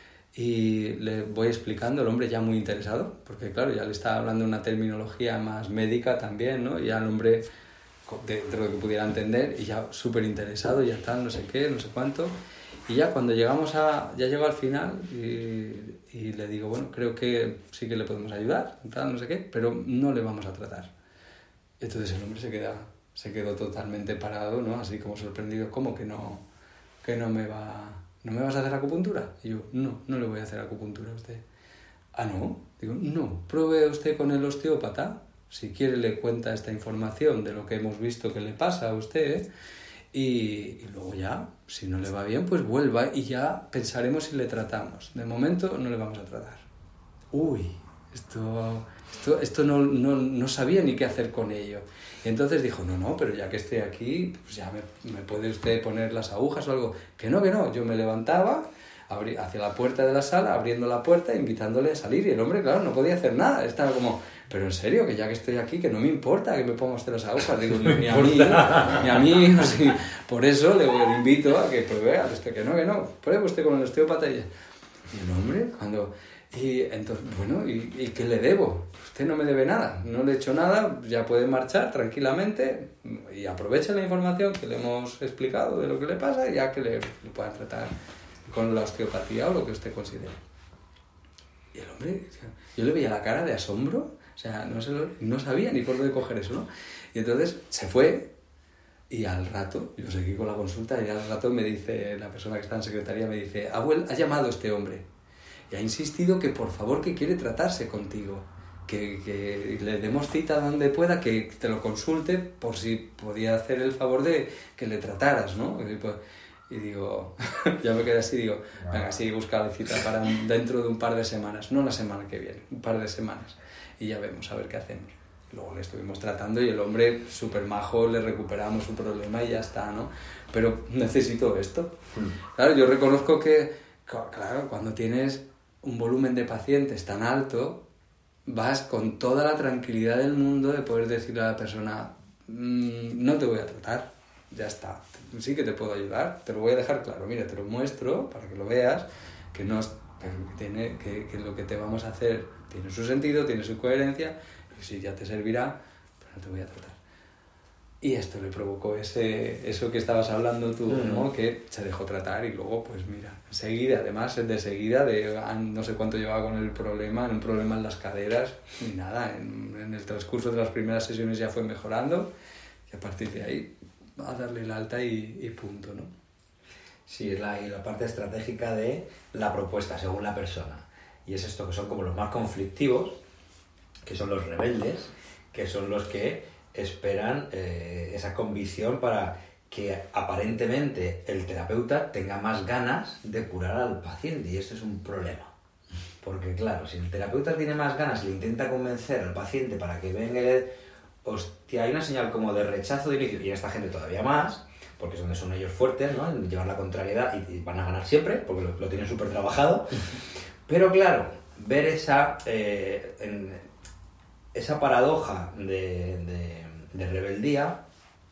y le voy explicando, el hombre ya muy interesado, porque claro, ya le estaba hablando una terminología más médica también, ¿no? Y ya el hombre, dentro de lo que pudiera entender, y ya súper interesado, ya tal, no sé qué, no sé cuánto. Y ya cuando llegamos a... ya llego al final y, y le digo, bueno, creo que sí que le podemos ayudar, tal, no sé qué, pero no le vamos a tratar. Entonces el hombre se queda, se quedó totalmente parado, ¿no? Así como sorprendido, ¿cómo que no, que no me va, no me vas a hacer acupuntura? Y yo, no, no le voy a hacer acupuntura a usted. Ah, ¿no? Digo, no, pruebe usted con el osteópata, si quiere le cuenta esta información de lo que hemos visto que le pasa a usted, ¿eh? y, y luego ya, si no le va bien, pues vuelva y ya pensaremos si le tratamos. De momento no le vamos a tratar. Uy, esto... Esto, esto no, no, no sabía ni qué hacer con ello. Y entonces dijo, no, no, pero ya que estoy aquí, pues ya me, me puede usted poner las agujas o algo. Que no, que no. Yo me levantaba abrí, hacia la puerta de la sala, abriendo la puerta, invitándole a salir. Y el hombre, claro, no podía hacer nada. Estaba como, pero en serio, que ya que estoy aquí, que no me importa que me ponga usted las agujas. Digo, ni a mí, ni a mí. Así. Por eso le, le invito a que pruebe, a usted, que no, que no. Pruebe usted con el osteópata. Y, y el hombre, cuando... Y entonces, bueno, ¿y, ¿y qué le debo? Usted no me debe nada, no le he hecho nada, ya puede marchar tranquilamente y aproveche la información que le hemos explicado de lo que le pasa y ya que le, le puedan tratar con la osteopatía o lo que usted considere. Y el hombre, yo le veía la cara de asombro, o sea, no, se lo, no sabía ni por dónde coger eso, ¿no? Y entonces se fue y al rato, yo seguí con la consulta y al rato me dice, la persona que está en secretaría me dice, abuelo, ha llamado este hombre. Y ha insistido que por favor que quiere tratarse contigo, que, que le demos cita donde pueda, que te lo consulte por si podía hacer el favor de que le trataras, ¿no? Y, pues, y digo, ya me quedé así, digo, venga, sí, busca la cita para un, dentro de un par de semanas, no la semana que viene, un par de semanas, y ya vemos a ver qué hacemos. Luego le estuvimos tratando y el hombre súper majo, le recuperamos su problema y ya está, ¿no? Pero necesito esto. Claro, yo reconozco que, claro, cuando tienes un volumen de pacientes tan alto, vas con toda la tranquilidad del mundo de poder decirle a la persona, mmm, no te voy a tratar, ya está. Sí que te puedo ayudar, te lo voy a dejar claro. Mira, te lo muestro para que lo veas, que, no, que, tiene, que, que lo que te vamos a hacer tiene su sentido, tiene su coherencia, y si ya te servirá, pero no te voy a tratar. Y esto le provocó ese, eso que estabas hablando tú, mm. ¿no? Que se dejó tratar y luego, pues mira, enseguida, además de seguida, de no sé cuánto llevaba con el problema, un problema en las caderas, ni nada, en, en el transcurso de las primeras sesiones ya fue mejorando y a partir de ahí a darle el alta y, y punto, ¿no? Sí, es la, y la parte estratégica de la propuesta, según la persona. Y es esto que son como los más conflictivos, que son los rebeldes, que son los que esperan eh, esa convicción para que aparentemente el terapeuta tenga más ganas de curar al paciente, y esto es un problema. Porque claro, si el terapeuta tiene más ganas y le intenta convencer al paciente para que venga, hostia, hay una señal como de rechazo de inicio, y en esta gente todavía más, porque es donde son ellos fuertes, ¿no? En llevar la contrariedad, y, y van a ganar siempre, porque lo, lo tienen súper trabajado. Pero claro, ver esa, eh, en, esa paradoja de, de, de rebeldía,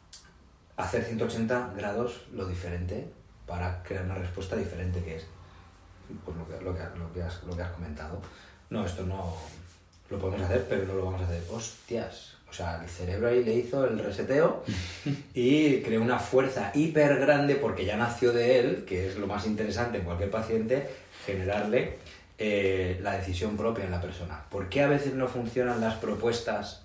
hacer ciento ochenta grados lo diferente para crear una respuesta diferente, que es pues lo, que, lo, que, lo, que has, lo que has comentado. No, esto no lo podemos hacer, pero no lo vamos a hacer. Hostias, o sea, el cerebro ahí le hizo el reseteo y creó una fuerza hiper grande, porque ya nació de él, que es lo más interesante en cualquier paciente, generarle eh, la decisión propia en la persona. ¿Por qué a veces no funcionan las propuestas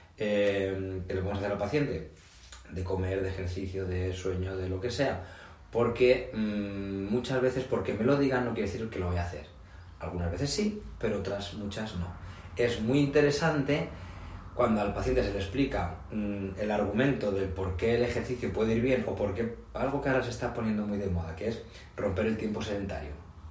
eh, que le podemos hacer al paciente? De comer, de ejercicio, de sueño, de lo que sea. Porque mmm, muchas veces porque me lo digan no quiere decir que lo voy a hacer. Algunas veces sí, pero otras muchas no. Es muy interesante cuando al paciente se le explica mmm, el argumento del por qué el ejercicio puede ir bien, o por qué algo que ahora se está poniendo muy de moda, que es romper el tiempo sedentario.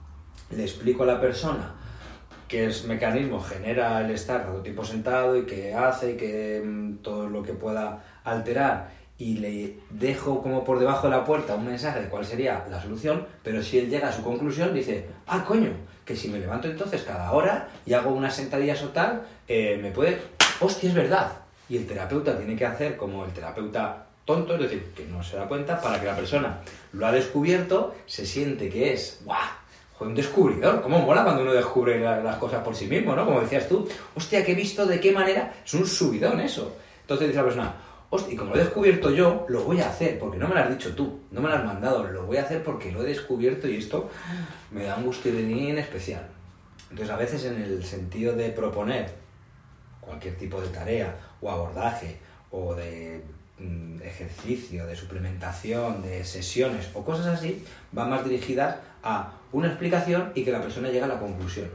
Le explico a la persona que ese mecanismo genera el estar tanto tiempo sentado y que hace y que mmm, todo lo que pueda alterar, y le dejo como por debajo de la puerta un mensaje de cuál sería la solución, pero si él llega a su conclusión dice, ah, coño, que si me levanto entonces cada hora y hago unas sentadillas o tal, eh, me puede... ¡Hostia, es verdad! Y el terapeuta tiene que hacer como el terapeuta tonto, es decir, que no se da cuenta, para que la persona lo ha descubierto, se siente que es, ¡guau!, joder, un descubridor. ¿Cómo mola cuando uno descubre la, las cosas por sí mismo, ¿no? Como decías tú, hostia, que he visto de qué manera, es un subidón eso. Entonces dice la persona, hostia, y como lo he descubierto yo, lo voy a hacer, porque no me lo has dicho tú, no me lo has mandado, lo voy a hacer porque lo he descubierto y esto me da un gusto de mí en especial. Entonces a veces en el sentido de proponer cualquier tipo de tarea o abordaje o de mm, ejercicio, de suplementación, de sesiones o cosas así, van más dirigidas a una explicación y que la persona llegue a la conclusión.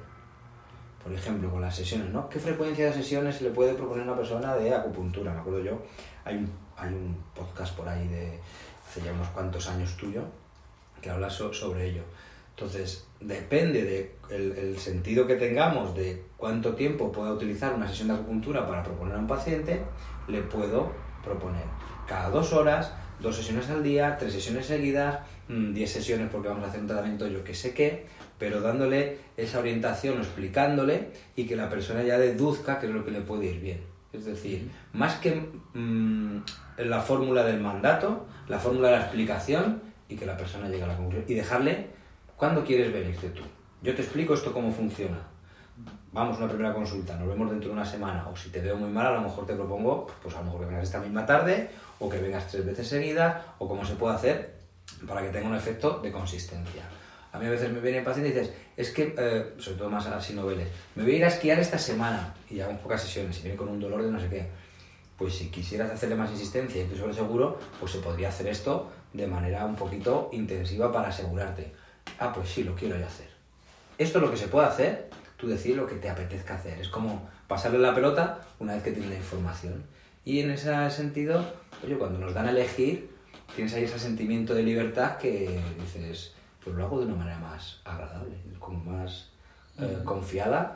Por ejemplo, con las sesiones, ¿no? ¿Qué frecuencia de sesiones se le puede proponer a una persona de acupuntura? Me acuerdo yo, hay un, hay un podcast por ahí de hace ya unos cuantos años tuyo que habla so, sobre ello. Entonces, depende del de el sentido que tengamos de cuánto tiempo pueda utilizar una sesión de acupuntura para proponer a un paciente, le puedo proponer cada dos horas, dos sesiones al día, tres sesiones seguidas, diez sesiones porque vamos a hacer un tratamiento yo que sé qué, pero dándole esa orientación o explicándole y que la persona ya deduzca qué es lo que le puede ir bien. Es decir, más que mmm, la fórmula del mandato, la fórmula de la explicación y que la persona llegue a la conclusión. Y dejarle, ¿cuándo quieres venirte tú? Yo te explico esto cómo funciona. Vamos a una primera consulta, nos vemos dentro de una semana, o si te veo muy mal a lo mejor te propongo, pues a lo mejor que vengas esta misma tarde, o que vengas tres veces seguidas, o cómo se puede hacer para que tenga un efecto de consistencia. A mí a veces me viene el paciente y dices, es que, eh, sobre todo más así noveles, me voy a ir a esquiar esta semana, y hago pocas sesiones, y viene con un dolor de no sé qué. Pues si quisieras hacerle más insistencia y estoy sobre seguro, pues se podría hacer esto de manera un poquito intensiva para asegurarte. Ah, pues sí, lo quiero ya hacer. Esto es lo que se puede hacer, tú decir lo que te apetezca hacer. Es como pasarle la pelota una vez que tienes la información. Y en ese sentido, oye, cuando nos dan a elegir, tienes ahí ese sentimiento de libertad que dices, pues lo hago de una manera más agradable, como más eh, confiada,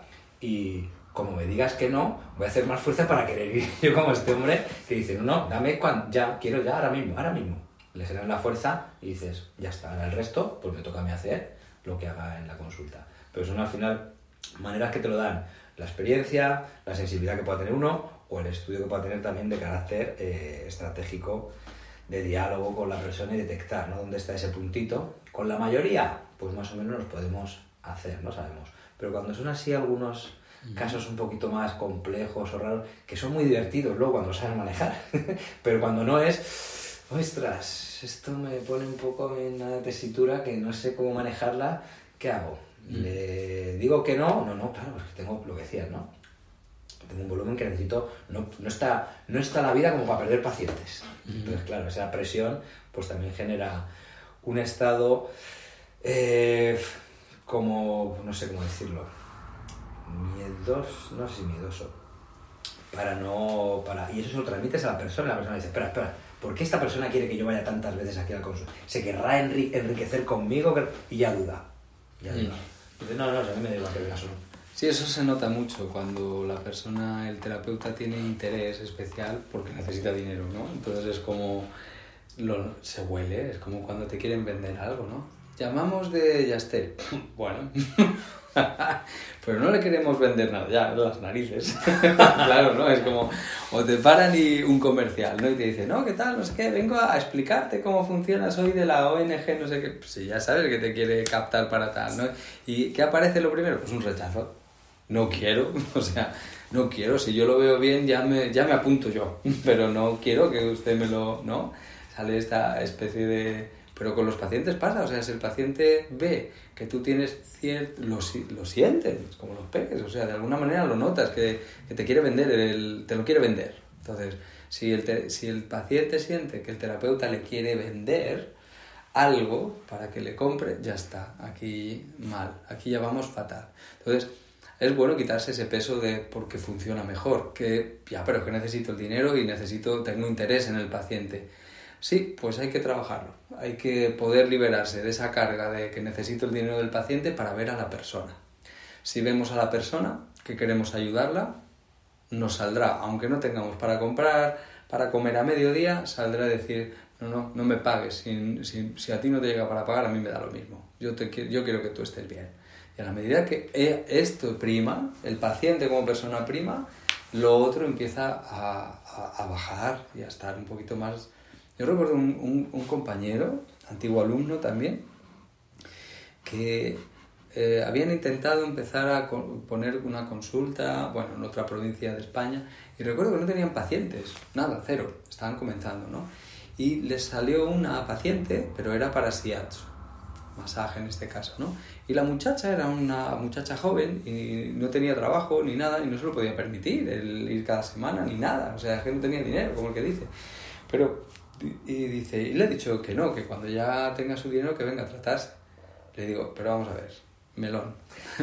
y como me digas que no, voy a hacer más fuerza para querer ir. Yo como este hombre que dice, no, no, dame cuando, ya, quiero ya, ahora mismo, ahora mismo. Le generas la fuerza y dices, ya está, ahora el resto, pues me toca a mí hacer lo que haga en la consulta. Pero son al final maneras que te lo dan la experiencia, la sensibilidad que pueda tener uno, o el estudio que pueda tener también de carácter eh, estratégico de diálogo con la persona y detectar, ¿no?, dónde está ese puntito. Con la mayoría, pues más o menos nos podemos hacer, no sabemos. Pero cuando son así algunos casos un poquito más complejos o raros, que son muy divertidos luego cuando saben manejar, pero cuando no es, ostras, esto me pone un poco en una tesitura que no sé cómo manejarla, ¿qué hago? ¿Le digo que no? No, no, claro, pues que tengo lo que decías, ¿no? Tengo un volumen que necesito, no, no, está, no está la vida como para perder pacientes. Entonces, claro, esa presión pues también genera un estado eh, como, no sé cómo decirlo, miedoso, no sé si miedoso, para no, para, y eso se lo transmites a la persona, y la persona dice, espera, espera, ¿por qué esta persona quiere que yo vaya tantas veces aquí al consultorio? ¿Se querrá enri- enriquecer conmigo? Y ya duda, ya duda. Mm. Dice, no, no, a mí me da igual que venga solo. Sí, eso se nota mucho cuando la persona, el terapeuta, tiene interés especial porque necesita dinero, ¿no? Entonces es como, lo, se huele, es como cuando te quieren vender algo, ¿no? Llamamos de Yastel. Bueno, pero no le queremos vender nada, ya, las narices. Claro, ¿no? Es como, o te paran y un comercial, ¿no? Y te dice, no, ¿qué tal? No sé qué, vengo a explicarte cómo funciona, soy de la O N G, no sé qué. Pues sí, ya sabes que te quiere captar para tal, ¿no? ¿Y qué aparece lo primero? Pues un rechazo. No quiero, o sea, no quiero, si yo lo veo bien ya me, ya me apunto yo, pero no quiero que usted me lo, ¿no? Sale esta especie de... Pero con los pacientes pasa, o sea, si el paciente ve que tú tienes cierto... Lo, lo sientes, como los peques, o sea, de alguna manera lo notas, que, que te quiere vender, el, te lo quiere vender. Entonces, si el, te, si el paciente siente que el terapeuta le quiere vender algo para que le compre, ya está, aquí mal, aquí ya vamos fatal. Entonces, es bueno quitarse ese peso de porque funciona mejor, que ya, pero es que necesito el dinero y necesito, tengo interés en el paciente. Sí, pues hay que trabajarlo, hay que poder liberarse de esa carga de que necesito el dinero del paciente para ver a la persona. Si vemos a la persona que queremos ayudarla, nos saldrá, aunque no tengamos para comprar, para comer a mediodía, saldrá a decir, no, no, no me pagues, si, si, si a ti no te llega para pagar, a mí me da lo mismo, yo, te, yo quiero que tú estés bien. Y a la medida que esto prima, el paciente como persona prima, lo otro empieza a, a, a bajar y a estar un poquito más... Yo recuerdo un, un, un compañero, antiguo alumno también, que eh, habían intentado empezar a poner una consulta, bueno, en otra provincia de España, y recuerdo que no tenían pacientes, nada, cero, estaban comenzando, ¿no? Y les salió una paciente, pero era para shiatsu, masaje en este caso, ¿no? Y la muchacha era una muchacha joven y no tenía trabajo ni nada y no se lo podía permitir el ir cada semana ni nada, o sea, es que no tenía dinero, como el que dice. Pero, y dice, y le he dicho que no, que cuando ya tenga su dinero que venga a tratarse. Le digo, pero vamos a ver, melón.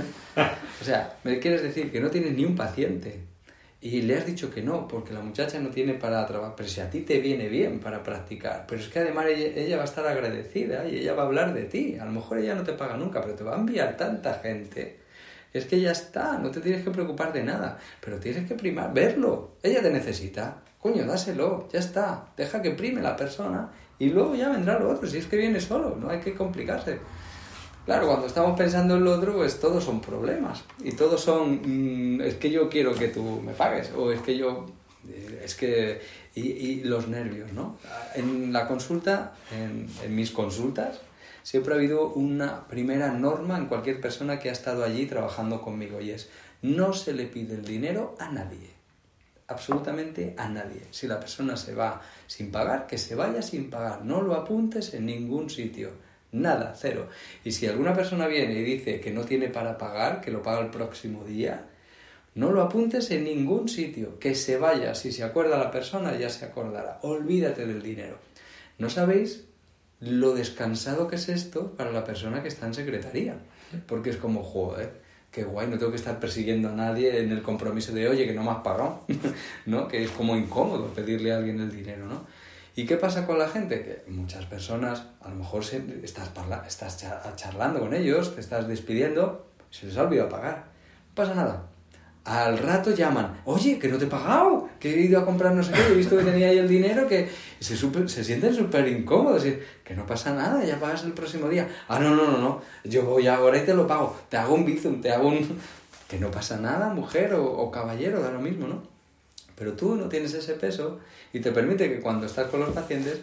O sea, me quieres decir que no tienes ni un paciente y le has dicho que no, porque la muchacha no tiene para trabajar, pero si a ti te viene bien para practicar, pero es que además ella, ella va a estar agradecida y ella va a hablar de ti, a lo mejor ella no te paga nunca, pero te va a enviar tanta gente, es que ya está, no te tienes que preocupar de nada, pero tienes que primar, verlo, ella te necesita, coño, dáselo, ya está, deja que prime la persona y luego ya vendrá lo otro, si es que viene solo, no hay que complicarse. Claro, cuando estamos pensando en lo otro, pues todos son problemas. Y todos son, mmm, es que yo quiero que tú me pagues, o es que yo, es que, y, y los nervios, ¿no? En la consulta, en, en mis consultas, siempre ha habido una primera norma en cualquier persona que ha estado allí trabajando conmigo, y es, no se le pide el dinero a nadie. Absolutamente a nadie. Si la persona se va sin pagar, que se vaya sin pagar. No lo apuntes en ningún sitio. Nada, cero. Y si alguna persona viene y dice que no tiene para pagar, que lo paga el próximo día, no lo apuntes en ningún sitio. Que se vaya. Si se acuerda la persona, ya se acordará. Olvídate del dinero. ¿No sabéis lo descansado que es esto para la persona que está en secretaría? Porque es como, joder, qué guay, no tengo que estar persiguiendo a nadie en el compromiso de, oye, que no me has pagado, ¿no? Que es como incómodo pedirle a alguien el dinero, ¿no? ¿Y qué pasa con la gente? Que muchas personas, a lo mejor se, estás, parla, estás charlando con ellos, te estás despidiendo, se les ha olvidado pagar. No pasa nada. Al rato llaman, oye, que no te he pagado, que he ido a comprar no sé qué, he visto que tenía ahí el dinero, que se, super, se sienten súper incómodos, y, que no pasa nada, ya pagas el próximo día. Ah, no, no, no, no, yo voy ahora y te lo pago, te hago un bizum, te hago un... Que no pasa nada, mujer o, o caballero, da lo mismo, ¿no? Pero tú no tienes ese peso y te permite que cuando estás con los pacientes,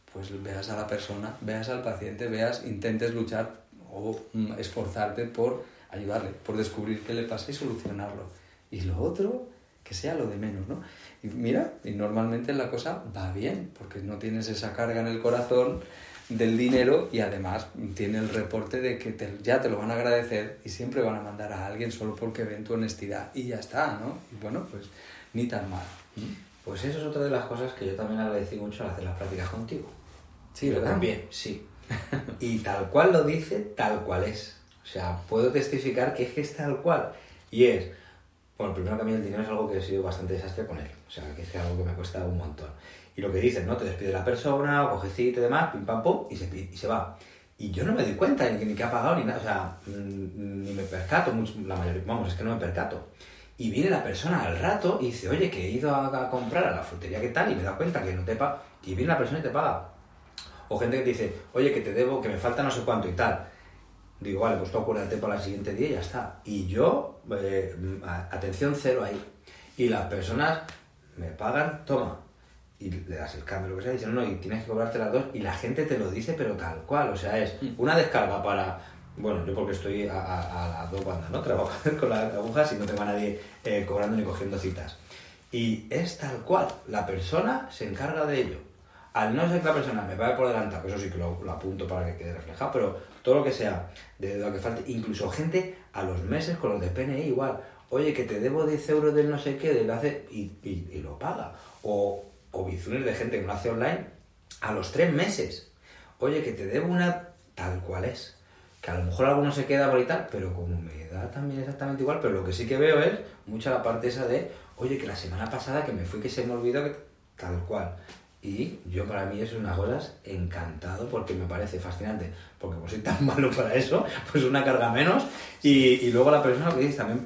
pues veas a la persona, veas al paciente, veas, intentes luchar o mm, esforzarte por ayudarle, por descubrir qué le pasa y solucionarlo. Y lo otro, que sea lo de menos, ¿no? Y mira, y normalmente la cosa va bien, porque no tienes esa carga en el corazón del dinero y además tiene el reporte de que te, ya te lo van a agradecer y siempre van a mandar a alguien solo porque ven tu honestidad y ya está, ¿no? Y bueno, pues ni tan mal. Pues eso es otra de las cosas que yo también agradecí mucho al hacer las prácticas contigo. Sí, Yo ¿verdad? también, sí. Y tal cual lo dice, tal cual es. O sea, puedo testificar que es que es tal cual. Y es, bueno, primero que a mí el dinero es algo que he sido bastante desastre con él. O sea, que es que algo que me cuesta un montón. Y lo que dicen, ¿no? Te despide la persona, coge cita y demás, pim pam pum, y se, y se va. Y yo no me doy cuenta ni, ni que ha pagado ni nada. O sea, ni me percato, mucho, la mayoría, vamos, es que no me percato. Y viene la persona al rato y dice, oye, que he ido a, a comprar a la frutería, ¿qué tal? Y me da cuenta que no te paga. Y viene la persona y te paga. O gente que te dice, oye, que te debo, que me falta no sé cuánto y tal. Digo, vale, pues tú acuérdate para el siguiente día y ya está. Y yo, eh, atención cero ahí. Y las personas me pagan, toma. Y le das el cambio, lo que sea, y dicen, no, no, y tienes que cobrarte las dos. Y la gente te lo dice, pero tal cual. O sea, es una descarga para... Bueno, yo porque estoy a, a, a las dos bandas, ¿no? Trabajo con las agujas y no tengo a nadie eh, cobrando ni cogiendo citas. Y es tal cual. La persona se encarga de ello. Al no ser que la persona me pague por delantado, que eso sí que lo, lo apunto para que quede reflejado, pero todo lo que sea, de lo que falte, incluso gente a los meses con los de P N I igual, oye, que te debo diez euros del no sé qué, del hace, y, y, y lo paga. O, o bizunes de gente que lo hace online a los tres meses. Oye, que te debo una tal cual es. Que a lo mejor alguno se queda por y tal, pero como me da también exactamente igual, pero lo que sí que veo es mucha la parte esa de, oye, que la semana pasada que me fui que se me olvidó que tal cual. Y yo para mí es unas horas encantado porque me parece fascinante, porque como soy tan malo para eso, pues una carga menos y, y luego la persona que dices también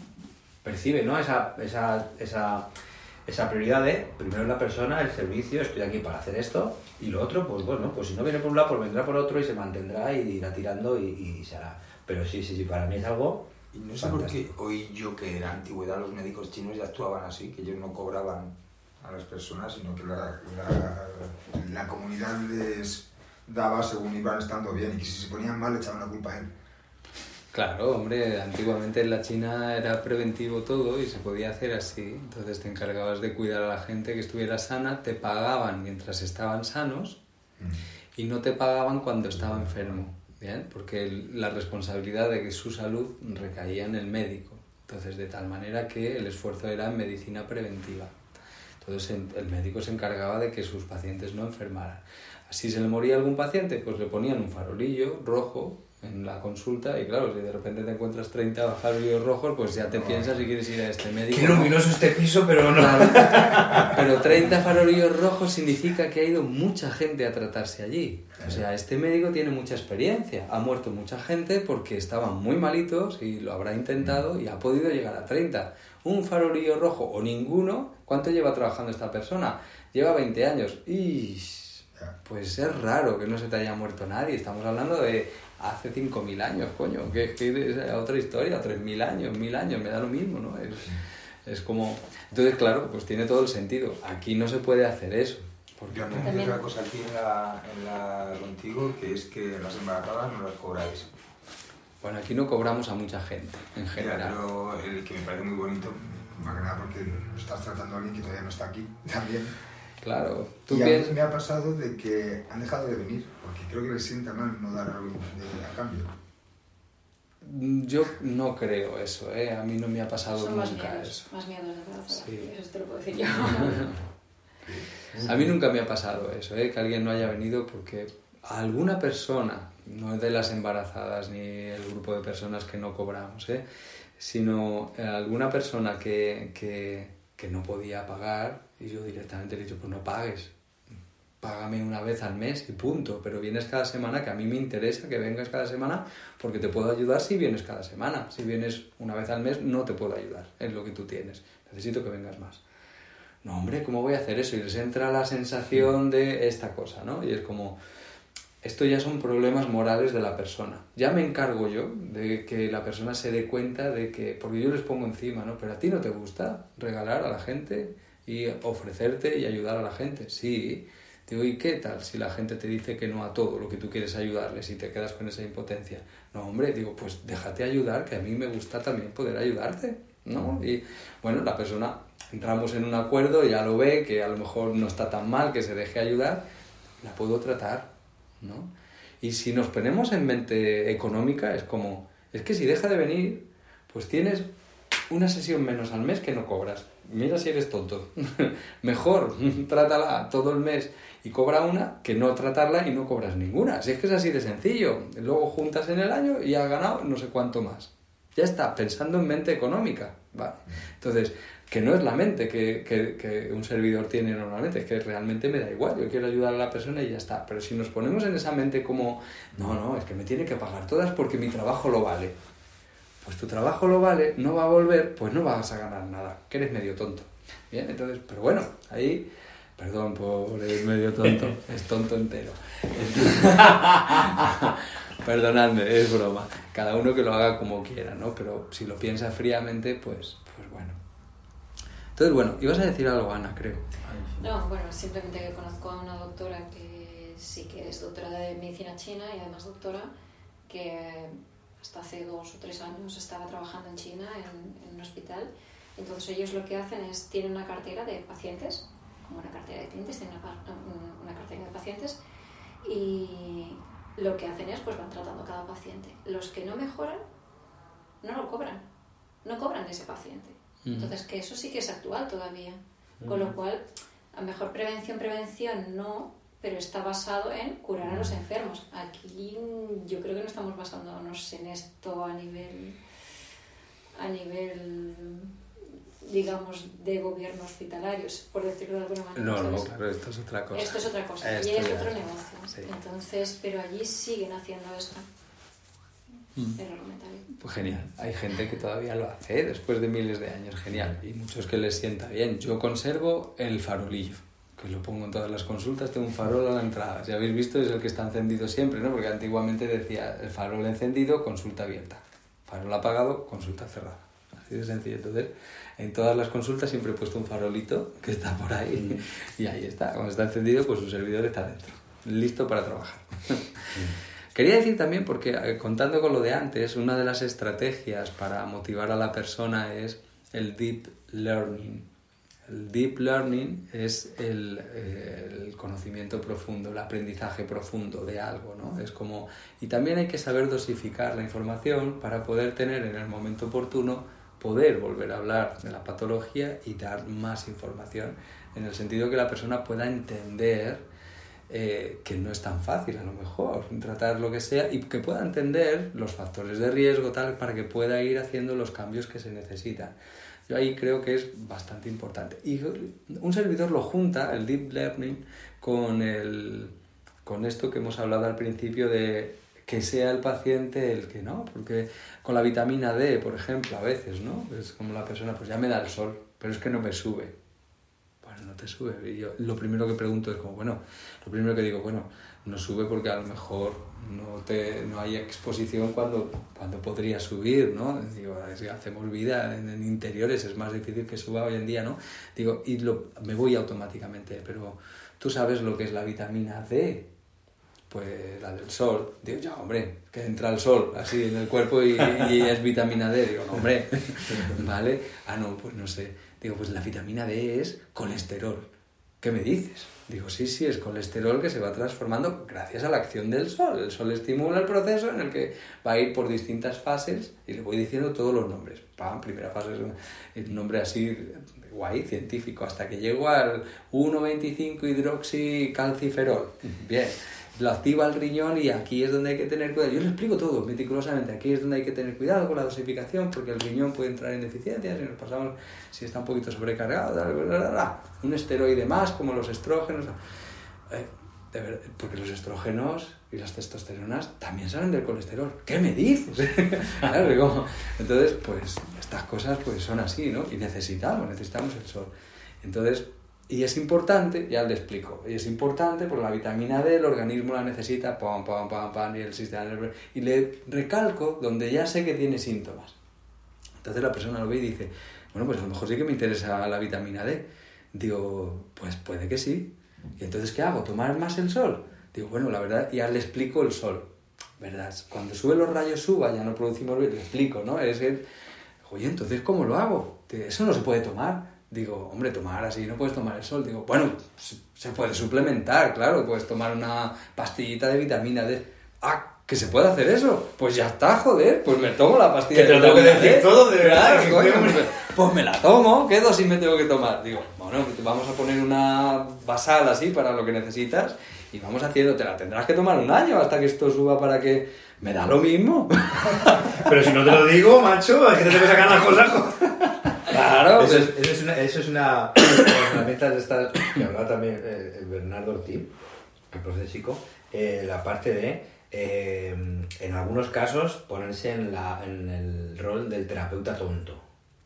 percibe, ¿no? Esa, esa, esa, esa prioridad de primero la persona, el servicio, estoy aquí para hacer esto y lo otro, pues bueno, pues si no viene por un lado, pues vendrá por otro y se mantendrá y irá tirando y, y se hará. Pero sí, sí, sí, para mí es algo... Y no sé fantástico. Por qué oí yo que en la antigüedad los médicos chinos ya actuaban así, que ellos no cobraban a las personas, sino que la, la, la comunidad les daba según iban estando bien y que si se ponían mal le echaban la culpa a él. Claro, hombre, antiguamente en la China era preventivo todo y se podía hacer así. Entonces te encargabas de cuidar a la gente que estuviera sana, te pagaban mientras estaban sanos y no te pagaban cuando estaba enfermo, ¿bien? Porque la responsabilidad de que su salud recaía en el médico. Entonces, de tal manera que el esfuerzo era en medicina preventiva. Entonces el médico se encargaba de que sus pacientes no enfermaran. Si se le moría algún paciente, pues le ponían un farolillo rojo en la consulta y claro, si de repente te encuentras treinta farolillos rojos, pues ya te piensas si quieres ir a este médico. Qué luminoso este piso, pero no. Pero treinta farolillos rojos significa que ha ido mucha gente a tratarse allí. O sea, este médico tiene mucha experiencia. Ha muerto mucha gente porque estaban muy malitos y lo habrá intentado y ha podido llegar a treinta. Un farolillo rojo o ninguno, ¿cuánto lleva trabajando esta persona? Lleva veinte años. Y pues es raro que no se te haya muerto nadie. Estamos hablando de hace cinco mil años, coño. Que, que es otra historia, tres mil años, mil años, me da lo mismo, ¿no? Es, es como... Entonces, claro, pues tiene todo el sentido. Aquí no se puede hacer eso. Porque yo me otra cosa aquí en la, en la contigo, que es que las embarazadas no las cobráis. Bueno, aquí no cobramos a mucha gente, en general. Mira, pero el que me parece muy bonito, más que nada porque estás tratando a alguien que todavía no está aquí, también. Claro. ¿Tú y a piensas? mí me ha pasado de que han dejado de venir, porque creo que les sienta mal no dar algo de, a cambio. Yo no creo eso, ¿eh? A mí no me ha pasado Son nunca más miedos, eso. más miedos de embarazada. Sí. Eso te lo puedo decir yo. A mí nunca me ha pasado eso, ¿eh? Que alguien no haya venido porque a alguna persona, no de las embarazadas ni el grupo de personas que no cobramos, ¿eh? Sino alguna persona que, que, que no podía pagar y yo directamente le he dicho, pues no pagues, págame una vez al mes y punto, pero vienes cada semana, que a mí me interesa que vengas cada semana porque te puedo ayudar si vienes cada semana. Si vienes una vez al mes no te puedo ayudar, es lo que tú tienes, necesito que vengas más. No, hombre, ¿cómo voy a hacer eso? Y les entra la sensación de esta cosa, ¿no? Y es como, esto ya son problemas morales de la persona. Ya me encargo yo de que la persona se dé cuenta de que, porque yo les pongo encima, ¿no? Pero a ti no te gusta regalar a la gente y ofrecerte y ayudar a la gente. Sí, Digo, ¿y qué tal si la gente te dice que no a todo lo que tú quieres ayudarles y te quedas con esa impotencia? No, hombre, digo, pues déjate ayudar, que a mí me gusta también poder ayudarte, ¿no? Y bueno, la persona, entramos en un acuerdo, ya lo ve, que a lo mejor no está tan mal, que se deje ayudar, la puedo tratar, ¿no? Y si nos ponemos en mente económica, es como, es que si deja de venir, pues tienes una sesión menos al mes que no cobras. Mira si eres tonto. Mejor, trátala todo el mes y cobra una que no tratarla y no cobras ninguna. Si es que es así de sencillo. Luego juntas en el año y has ganado no sé cuánto más. Ya está, pensando en mente económica. ¿Vale? Entonces, que no es la mente que, que, que un servidor tiene normalmente, es que realmente me da igual, yo quiero ayudar a la persona y ya está. Pero si nos ponemos en esa mente como, no, no, es que me tiene que pagar todas porque mi trabajo lo vale. Pues tu trabajo lo vale, no va a volver, pues no vas a ganar nada, que eres medio tonto. Bien, entonces, pero bueno, ahí, perdón por el medio tonto, es tonto entero. Perdonadme, es broma. Cada uno que lo haga como quiera, ¿no? Pero si lo piensa fríamente, pues, pues bueno. Entonces, bueno, ibas a decir algo, Ana, creo. No, bueno, simplemente que conozco a una doctora que sí que es doctora de medicina china y además doctora que hasta hace dos o tres años estaba trabajando en China en, en un hospital. Entonces ellos lo que hacen es, tienen una cartera de pacientes, como una cartera de clientes, tienen una, una cartera de pacientes y lo que hacen es, pues van tratando cada paciente. Los que no mejoran, no lo cobran, no cobran de ese paciente. Mm. Entonces que eso sí que es actual todavía. Mm. Con lo cual, a mejor prevención, prevención no, pero está basado en curar a los enfermos. Aquí yo creo que no estamos basándonos en esto a nivel, a nivel digamos, de gobierno hospitalario, por decirlo de alguna manera. No, no, claro, esto es otra cosa. Esto es otra cosa, esto y es ya, otro negocio. Sí. Entonces, pero allí siguen haciendo esto. Mm. El argumentario. Pues genial. Hay gente que todavía lo hace, ¿eh? Después de miles de años, genial. Y muchos que les sienta bien. Yo conservo el farolillo, que lo pongo en todas las consultas, tengo un farol a la entrada. Si habéis visto, es el que está encendido siempre, ¿no? Porque antiguamente decía el farol encendido, consulta abierta. Farol apagado, consulta cerrada. Así de sencillo. Entonces, en todas las consultas siempre he puesto un farolito que está por ahí. Mm. Y ahí está. Cuando está encendido, pues su servidor está dentro. Listo para trabajar. Mm. Quería decir también, porque contando con lo de antes, una de las estrategias para motivar a la persona es el deep learning. El deep learning es el, el conocimiento profundo, el aprendizaje profundo de algo, ¿no? Es como, y también hay que saber dosificar la información para poder tener en el momento oportuno, poder volver a hablar de la patología y dar más información, en el sentido que la persona pueda entender eh, que no es tan fácil a lo mejor tratar lo que sea y que pueda entender los factores de riesgo tal para que pueda ir haciendo los cambios que se necesitan. Yo ahí creo que es bastante importante. Y un servidor lo junta, el deep learning, con, el, con esto que hemos hablado al principio de que sea el paciente el que no, porque con la vitamina D, por ejemplo, a veces, ¿no? Es como la persona, pues ya me da el sol, pero es que no me sube. Bueno, no te sube. Y yo lo primero que pregunto es como, bueno, lo primero que digo, bueno, no sube porque a lo mejor no, te, no hay exposición cuando, cuando podría subir, ¿no? Digo, es que hacemos vida en, en interiores, es más difícil que suba hoy en día, ¿no? Digo, y lo, me voy automáticamente, pero ¿tú sabes lo que es la vitamina D? Pues la del sol. Digo, ya, hombre, que entra el sol así en el cuerpo y, y es vitamina D. Digo, no, hombre, ¿vale? Ah, no, pues no sé. Digo, pues la vitamina D es colesterol. ¿Qué me dices? Digo, sí, sí, es colesterol que se va transformando gracias a la acción del sol. El sol estimula el proceso en el que va a ir por distintas fases y le voy diciendo todos los nombres. Pam, primera fase es un nombre así guay, científico, hasta que llego al uno veinticinco hidroxicalciferol. Bien. Lo activa el riñón y aquí es donde hay que tener cuidado. Yo lo explico todo meticulosamente. Aquí es donde hay que tener cuidado con la dosificación porque el riñón puede entrar en deficiencias si nos pasamos, si está un poquito sobrecargado, bla, bla, bla, bla. Un esteroide más como los estrógenos. Eh, de verdad, porque los estrógenos y las testosteronas también salen del colesterol. ¿Qué me dices? Claro, como, entonces, pues estas cosas pues son así, ¿no? Y necesitamos, necesitamos el sol. Entonces, y es importante, ya le explico, y es importante porque la vitamina D el organismo la necesita, pam, pam, pam, pam, y el sistema nervioso, y le recalco donde ya sé que tiene síntomas. Entonces la persona lo ve y dice, bueno, pues a lo mejor sí que me interesa la vitamina D. Digo, pues puede que sí, ¿Y entonces qué hago? ¿Tomar más el sol? Digo, bueno, la verdad, ya le explico el sol, ¿verdad? Cuando sube los rayos suba, ya no producimos bien, le explico, ¿no? Es el, oye, entonces, ¿cómo lo hago? Eso no se puede tomar. Digo, hombre, tomar así no puedes tomar el sol. Digo, bueno, se puede suplementar, claro, puedes tomar una pastillita de vitamina D. Ah, ¿que se puede hacer eso? Pues ya está, joder, pues me tomo la pastilla que de te lo vitamina tengo que decir D. todo, de verdad. Claro, coño, pues, pues me la tomo, ¿qué dosis me tengo que tomar? Digo, bueno, vamos a poner una basal así para lo que necesitas y vamos haciendo, te la tendrás que tomar un año hasta que esto suba para que... Me da lo mismo. Pero si no te lo digo, macho, es que te tengo que sacar las cosas. Claro. Eso es, eso es una, eso es una de las herramientas de estas que hablaba también eh, Bernardo Ortiz, el profesor Chico, eh, la parte de, eh, en algunos casos, ponerse en, la, en el rol del terapeuta tonto.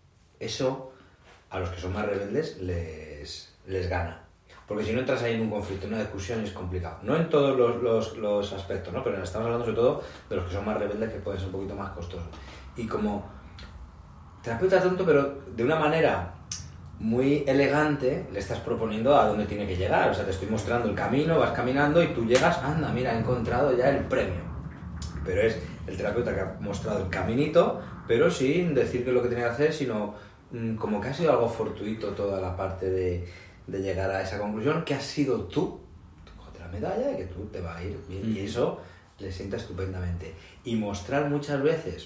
Eso, a los que son más rebeldes, les, les gana. Porque si no entras ahí en un conflicto, en una discusión, es complicado. No en todos los, los, los aspectos, ¿no? Pero estamos hablando sobre todo de los que son más rebeldes, que pueden ser un poquito más costosos. Y como terapeuta tonto, pero de una manera muy elegante, le estás proponiendo a dónde tiene que llegar. O sea, te estoy mostrando el camino, vas caminando y tú llegas, anda, mira, he encontrado ya el premio. Pero es el terapeuta que ha mostrado el caminito, pero sin decir que es lo que tiene que hacer, sino mmm, como que ha sido algo fortuito toda la parte de... de llegar a esa conclusión, que has sido tú, tú coges la medalla y que tú te va a ir bien, mm. y eso le sienta estupendamente. Y mostrar muchas veces,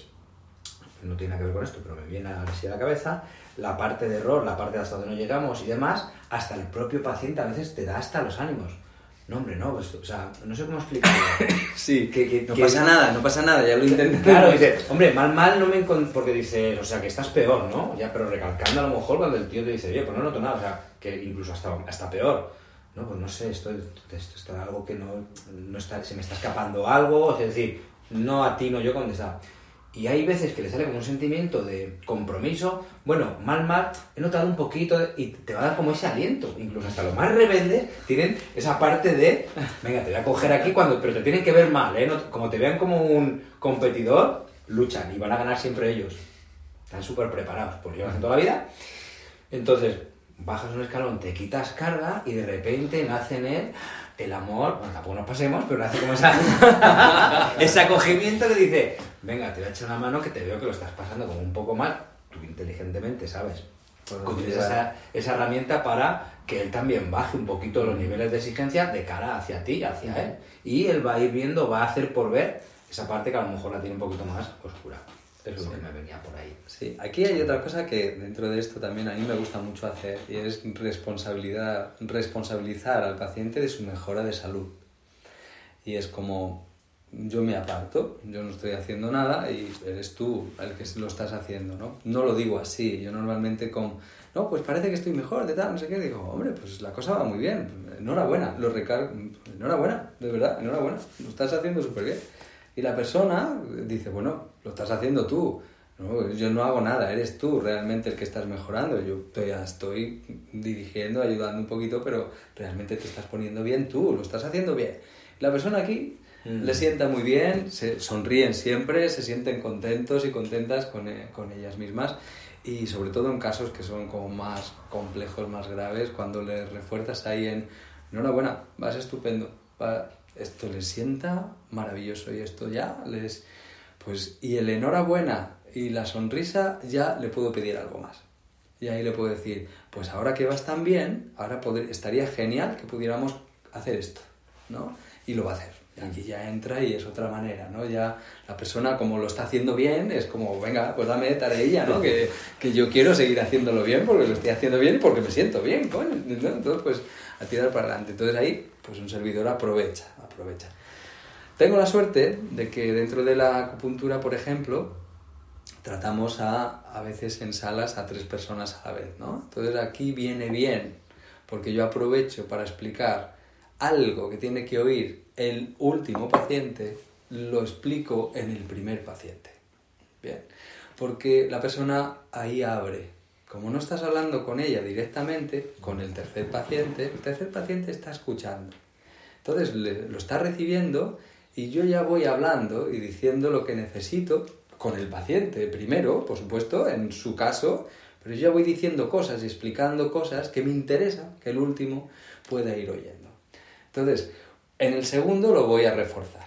no tiene nada que ver con esto, pero me viene así a la cabeza, la parte de error, la parte de hasta donde no llegamos y demás, hasta el propio paciente a veces te da hasta los ánimos. No, hombre, no, pues, o sea, no sé cómo explicarlo. Sí, que, que, no que, pasa nada, no pasa nada, ya lo intenté. Claro, dice, hombre, mal, mal no me encontré, porque dice, o sea, que estás peor, ¿no? Ya, pero recalcando a lo mejor cuando el tío te dice, oye, pues no noto nada, o sea, que incluso hasta, hasta peor. No, pues no sé, esto, esto está algo que no, no está, se me está escapando algo, es decir, no atino yo con esa. Y hay veces que le sale como un sentimiento de compromiso, bueno, mal, mal, he notado un poquito de, y te va a dar como ese aliento. Incluso hasta los más rebeldes tienen esa parte de, venga, te voy a coger aquí, cuando, pero te tienen que ver mal, ¿eh? No, como te vean como un competidor, luchan y van a ganar siempre ellos. Están súper preparados, porque llevan toda la vida. Entonces, bajas un escalón, te quitas carga y de repente nace en él el amor, bueno, tampoco nos pasemos, pero nace como esa, ese acogimiento que dice, venga, te voy a echar una mano que te veo que lo estás pasando como un poco mal, tú inteligentemente sabes, utilizas esa, esa herramienta para que él también baje un poquito los niveles de exigencia de cara hacia ti, hacia uh-huh. él, y él va a ir viendo, va a hacer por ver esa parte que a lo mejor la tiene un poquito más oscura. Eso es sí. lo que me venía por ahí. Sí, aquí hay otra cosa que dentro de esto también a mí me gusta mucho hacer y es responsabilidad, responsabilizar al paciente de su mejora de salud. Y es como, yo me aparto, yo no estoy haciendo nada y eres tú el que lo estás haciendo, ¿no? No lo digo así, yo normalmente con, no, pues parece que estoy mejor, de tal, no sé qué, digo, hombre, pues la cosa va muy bien, enhorabuena, lo recargo, enhorabuena, de verdad, enhorabuena, lo estás haciendo súper bien. Y la persona dice, bueno, lo estás haciendo tú, no, yo no hago nada, eres tú realmente el que estás mejorando, yo te estoy dirigiendo, ayudando un poquito, pero realmente te estás poniendo bien tú, lo estás haciendo bien. La persona aquí mm. le sienta muy bien, se sonríen siempre, se sienten contentos y contentas con, eh, con ellas mismas y sobre todo en casos que son como más complejos, más graves, cuando les refuerzas ahí en, enhorabuena, vas estupendo, va, esto les sienta maravilloso y esto ya les... pues y el enhorabuena y la sonrisa ya le puedo pedir algo más. Y ahí le puedo decir, pues ahora que vas tan bien, ahora poder, estaría genial que pudiéramos hacer esto, ¿no? Y lo va a hacer. Y aquí ya entra y es otra manera, ¿no? Ya la persona como lo está haciendo bien, es como, venga, pues dame tareilla, ¿no? Que, que yo quiero seguir haciéndolo bien porque lo estoy haciendo bien y porque me siento bien, coño. Entonces, pues, a tirar para adelante. Entonces ahí, pues un servidor aprovecha, aprovecha. Tengo la suerte de que dentro de la acupuntura, por ejemplo, tratamos a, a veces en salas a tres personas a la vez, ¿no? Entonces aquí viene bien, porque yo aprovecho para explicar algo que tiene que oír el último paciente, lo explico en el primer paciente. Bien, porque la persona ahí abre. Como no estás hablando con ella directamente, con el tercer paciente, el tercer paciente está escuchando. Entonces le, lo está recibiendo y yo ya voy hablando y diciendo lo que necesito con el paciente primero, por supuesto, en su caso, Pero yo ya voy diciendo cosas y explicando cosas que me interesa que el último pueda ir oyendo. Entonces, en el segundo lo voy a reforzar.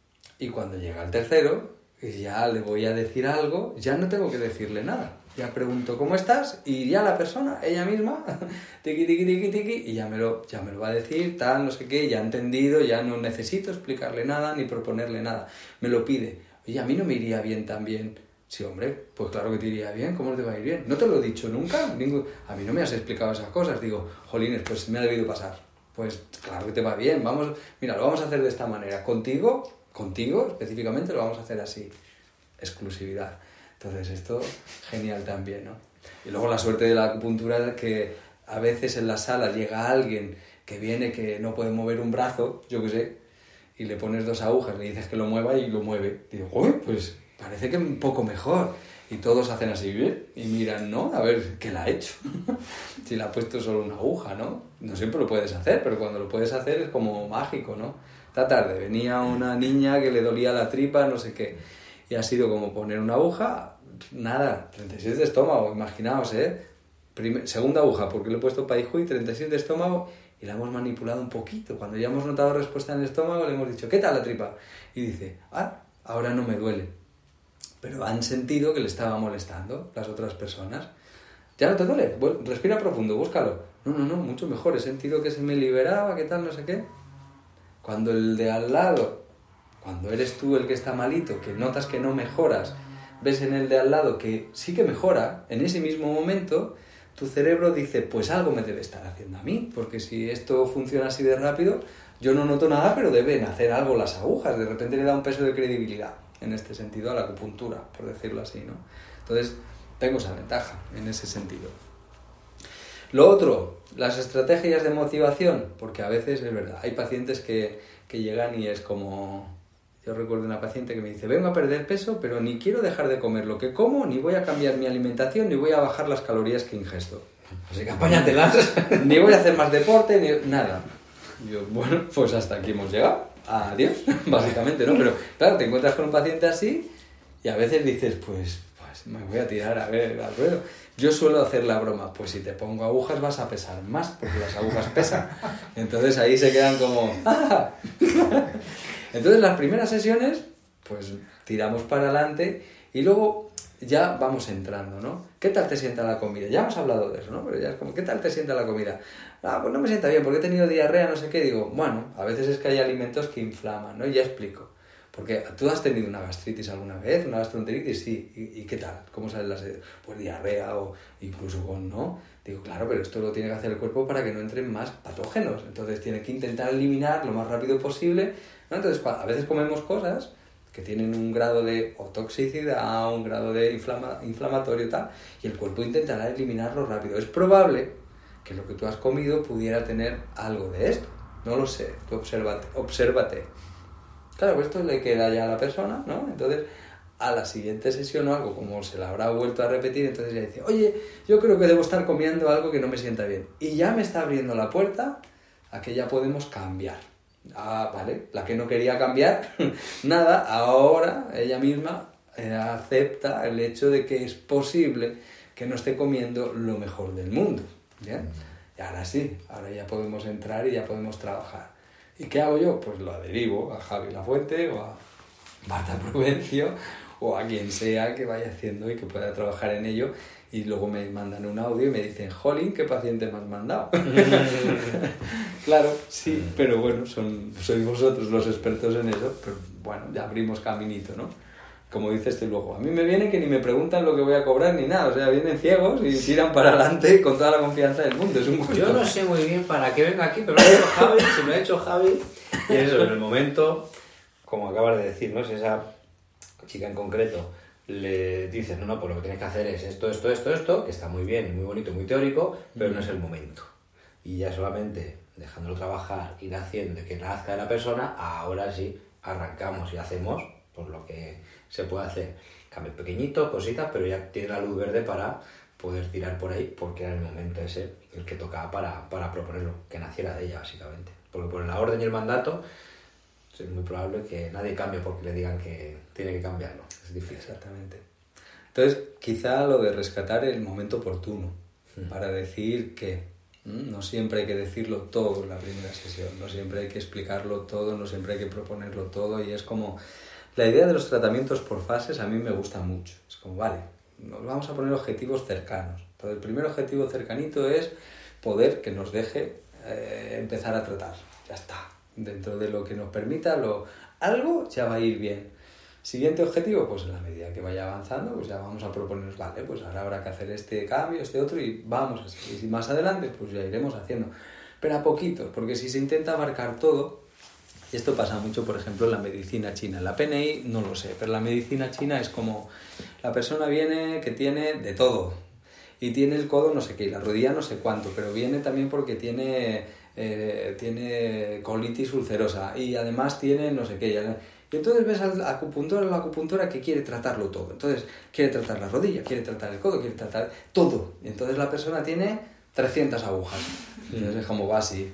Y cuando llega el tercero, ya le voy a decir algo, ya no tengo que decirle nada. Ya pregunto cómo estás y ya la persona, ella misma, tiqui, tiqui, tiqui, tiqui, y ya me, lo, ya me lo va a decir, tal, no sé qué, ya ha entendido, ya no necesito explicarle nada ni proponerle nada. Me lo pide. Oye, a mí no me iría bien también. Sí, hombre, pues claro que te iría bien, ¿cómo te va a ir bien? No te lo he dicho nunca, ningún... a mí no me has explicado esas cosas. Digo, jolines, pues me ha debido pasar. Pues claro que te va bien, vamos, mira, lo vamos a hacer de esta manera. Contigo, contigo específicamente lo vamos a hacer así. Exclusividad. Entonces esto, genial también, ¿no? Y luego la suerte de la acupuntura es que a veces en la sala llega alguien que viene que no puede mover un brazo, yo qué sé, y le pones dos agujas, le dices que lo mueva y lo mueve. Y digo, uy, pues parece que un poco mejor. Y todos hacen así, bien, y miran, ¿no? A ver, ¿qué le ha hecho? Si le ha puesto solo una aguja, ¿no? No siempre lo puedes hacer, pero cuando lo puedes hacer es como mágico, ¿no? Esta tarde venía una niña que le dolía la tripa, no sé qué, y ha sido como poner una aguja, nada, treinta y seis de estómago, imaginaos, ¿eh? Primer, segunda aguja, porque le he puesto Paihui, treinta y seis de estómago, y la hemos manipulado un poquito. Cuando ya hemos notado respuesta en el estómago, le hemos dicho, ¿qué tal la tripa? Y dice, ah, ahora no me duele. Pero han sentido que le estaba molestando las otras personas. ¿Ya no te duele? Bueno, respira profundo, búscalo. No, no, no, mucho mejor. He sentido que se me liberaba, ¿qué tal? No sé qué. Cuando el de al lado, cuando eres tú el que está malito, que notas que no mejoras, ves en el de al lado que sí que mejora, en ese mismo momento, tu cerebro dice, pues algo me debe estar haciendo a mí, porque si esto funciona así de rápido, yo no noto nada, pero deben hacer algo las agujas. De repente le da un peso de credibilidad, en este sentido, a la acupuntura, por decirlo así, ¿no? Entonces, tengo esa ventaja, en ese sentido. Lo otro, las estrategias de motivación, porque a veces, es verdad, hay pacientes que, que llegan y es como... Yo recuerdo una paciente que me dice, vengo a perder peso, pero ni quiero dejar de comer lo que como, ni voy a cambiar mi alimentación, ni voy a bajar las calorías que ingesto. Así que apáñatelas. Ni voy a hacer más deporte, ni nada. Yo, bueno, pues hasta aquí hemos llegado. Adiós, básicamente, ¿no? Pero claro, te encuentras con un paciente así y a veces dices, pues, pues me voy a tirar a ver al ruedo. Yo suelo hacer la broma, pues si te pongo agujas vas a pesar más, porque las agujas pesan. Entonces ahí se quedan como... ¡Ah! Entonces las primeras sesiones, pues tiramos para adelante y luego ya vamos entrando, ¿no? ¿Qué tal te sienta la comida? Ya hemos hablado de eso, ¿no? Pero ya es como, ¿qué tal te sienta la comida? Ah, pues no me sienta bien porque he tenido diarrea, no sé qué. Digo, bueno, a veces es que hay alimentos que inflaman, ¿no? Y ya explico. Porque tú has tenido una gastritis alguna vez, una gastroenteritis, sí. ¿Y, y qué tal? ¿Cómo salen las... Pues diarrea o incluso con, ¿no? Digo, claro, pero esto lo tiene que hacer el cuerpo para que no entren más patógenos. Entonces tiene que intentar eliminar lo más rápido posible, ¿no? Entonces a veces comemos cosas que tienen un grado de o toxicidad, un grado de inflama, inflamatorio y tal, y el cuerpo intentará eliminarlo rápido. Es probable que lo que tú has comido pudiera tener algo de esto. No lo sé, tú obsérvate. obsérvate. Claro, pues esto le queda ya a la persona, ¿no? Entonces, a la siguiente sesión o algo, como se la habrá vuelto a repetir, entonces ya dice, oye, yo creo que debo estar comiendo algo que no me sienta bien. Y ya me está abriendo la puerta a que ya podemos cambiar. Ah, vale, la que no quería cambiar, nada, ahora ella misma eh, acepta el hecho de que es posible que no esté comiendo lo mejor del mundo, ¿bien? Y ahora sí, ahora ya podemos entrar y ya podemos trabajar. ¿Y qué hago yo? Pues lo aderivo a Javi Lafuente o a Marta Prudencio o a quien sea que vaya haciendo y que pueda trabajar en ello, y luego me mandan un audio y me dicen, jolín, ¿qué paciente me has mandado? Claro, sí, pero bueno, son, sois vosotros los expertos en eso, pero bueno, ya abrimos caminito, ¿no? Como dices tú luego, a mí me viene que ni me preguntan lo que voy a cobrar ni nada, o sea, vienen ciegos y tiran para adelante con toda la confianza del mundo, es un gusto. Yo no sé muy bien para qué vengo aquí, pero lo ha hecho Javi, se me ha hecho Javi, y eso, en el momento, como acabas de decir, ¿no? Si esa chica en concreto le dices, no, no, pues lo que tienes que hacer es esto, esto, esto, esto, que está muy bien, muy bonito, muy teórico, pero no es el momento. Y ya solamente dejándolo trabajar, ir haciendo que nazca de la persona, ahora sí arrancamos y hacemos por lo que se puede hacer. Cambios pequeñitos, cositas, pero ya tiene la luz verde para poder tirar por ahí, porque era el momento ese el que tocaba para, para proponerlo, que naciera de ella, básicamente. Porque por la orden y el mandato es muy probable que nadie cambie porque le digan que tiene que cambiarlo. Es difícil. Exactamente. Entonces, quizá lo de rescatar el momento oportuno para decir que no siempre hay que decirlo todo en la primera sesión, no siempre hay que explicarlo todo, no siempre hay que proponerlo todo, y es como... La idea de los tratamientos por fases a mí me gusta mucho. Es como, vale, nos vamos a poner objetivos cercanos. Entonces, el primer objetivo cercanito es poder que nos deje eh, empezar a tratar. Ya está. Dentro de lo que nos permita, lo, algo ya va a ir bien. Siguiente objetivo, pues en la medida que vaya avanzando, pues ya vamos a proponernos, vale, pues ahora habrá que hacer este cambio, este otro, y vamos así. Y si más adelante, pues ya iremos haciendo. Pero a poquito, porque si se intenta abarcar todo, y esto pasa mucho, por ejemplo, en la medicina china. En la P N I no lo sé, pero la medicina china es como la persona viene que tiene de todo. Y tiene el codo no sé qué, y la rodilla no sé cuánto, pero viene también porque tiene, eh, tiene colitis ulcerosa y además tiene no sé qué. Ya, y entonces ves al acupuntor o la acupuntora que quiere tratarlo todo. Entonces quiere tratar la rodilla, quiere tratar el codo, quiere tratar todo. Y entonces la persona tiene trescientas agujas. Y entonces es como va así.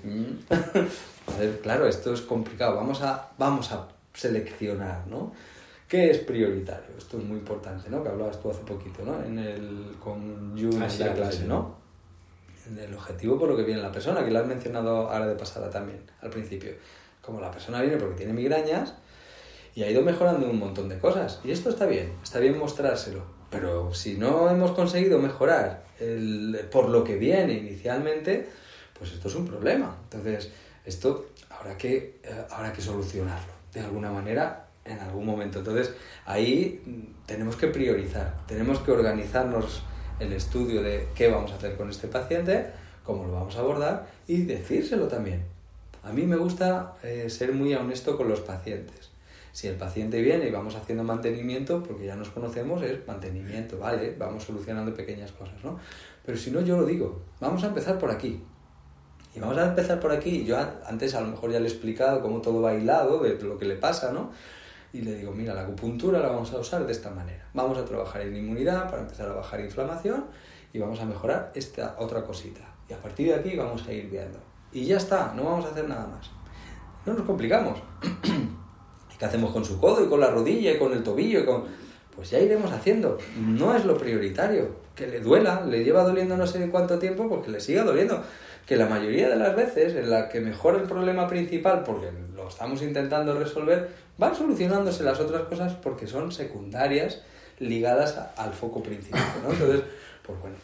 A ver, claro, esto es complicado. Vamos a, vamos a seleccionar, ¿no? ¿Qué es prioritario? Esto es muy importante, ¿no? Que hablabas tú hace poquito, ¿no? En el, con Jun en la clase, ¿no? En el objetivo por lo que viene la persona, que lo has mencionado ahora de pasada también, al principio. Como la persona viene porque tiene migrañas y ha ido mejorando un montón de cosas. Y esto está bien, está bien mostrárselo. Pero si no hemos conseguido mejorar el, por lo que viene inicialmente, pues esto es un problema. Entonces, esto habrá que, eh, habrá que solucionarlo de alguna manera en algún momento. Entonces, ahí tenemos que priorizar, tenemos que organizarnos el estudio de qué vamos a hacer con este paciente, cómo lo vamos a abordar y decírselo también. A mí me gusta eh, ser muy honesto con los pacientes. Si el paciente viene y vamos haciendo mantenimiento, porque ya nos conocemos, es mantenimiento, ¿vale? Vamos solucionando pequeñas cosas, ¿no? Pero si no, yo lo digo, vamos a empezar por aquí. Y vamos a empezar por aquí. Yo antes a lo mejor ya le he explicado cómo todo va hilado, de lo que le pasa, ¿no? Y le digo, mira, la acupuntura la vamos a usar de esta manera. Vamos a trabajar en inmunidad para empezar a bajar inflamación y vamos a mejorar esta otra cosita. Y a partir de aquí vamos a ir viendo. Y ya está, no vamos a hacer nada más. No nos complicamos. ¿Qué hacemos con su codo y con la rodilla y con el tobillo? Y con... Pues ya iremos haciendo. No es lo prioritario. Que le duela, le lleva doliendo no sé cuánto tiempo, pues que le siga doliendo. Que la mayoría de las veces en la que mejora el problema principal, porque lo estamos intentando resolver, van solucionándose las otras cosas porque son secundarias ligadas a, al foco principal, ¿no? Entonces, pues bueno,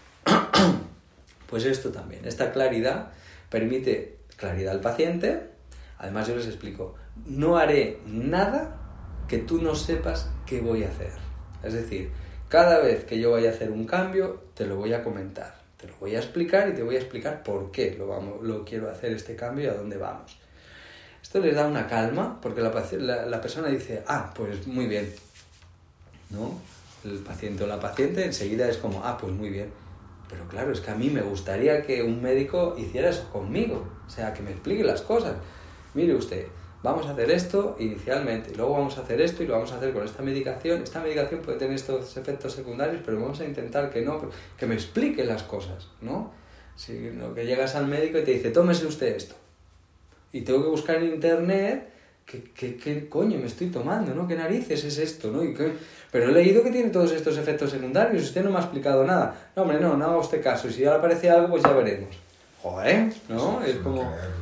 pues esto también, esta claridad permite claridad al paciente. Además yo les explico, no haré nada que tú no sepas qué voy a hacer. Es decir, cada vez que yo vaya a hacer un cambio, te lo voy a comentar. Te lo voy a explicar y te voy a explicar por qué lo, vamos, lo quiero hacer este cambio y a dónde vamos. Esto les da una calma porque la, la, la persona dice, ah, pues muy bien, ¿no? El paciente o la paciente enseguida es como, ah, pues muy bien. Pero claro, es que a mí me gustaría que un médico hiciera eso conmigo. O sea, que me explique las cosas. Mire usted, vamos a hacer esto inicialmente, luego vamos a hacer esto y lo vamos a hacer con esta medicación. Esta medicación puede tener estos efectos secundarios, pero vamos a intentar que no, que me explique las cosas, ¿no? Si no, que llegas al médico y te dice, tómese usted esto. Y tengo que buscar en internet qué, qué, qué coño me estoy tomando, ¿no? ¿Qué narices es esto, no? Y qué... Pero he leído que tiene todos estos efectos secundarios y usted no me ha explicado nada. No, hombre, no, no haga usted caso. Y si ahora aparece algo, pues ya veremos. Joder, ¿no? Eso, es como...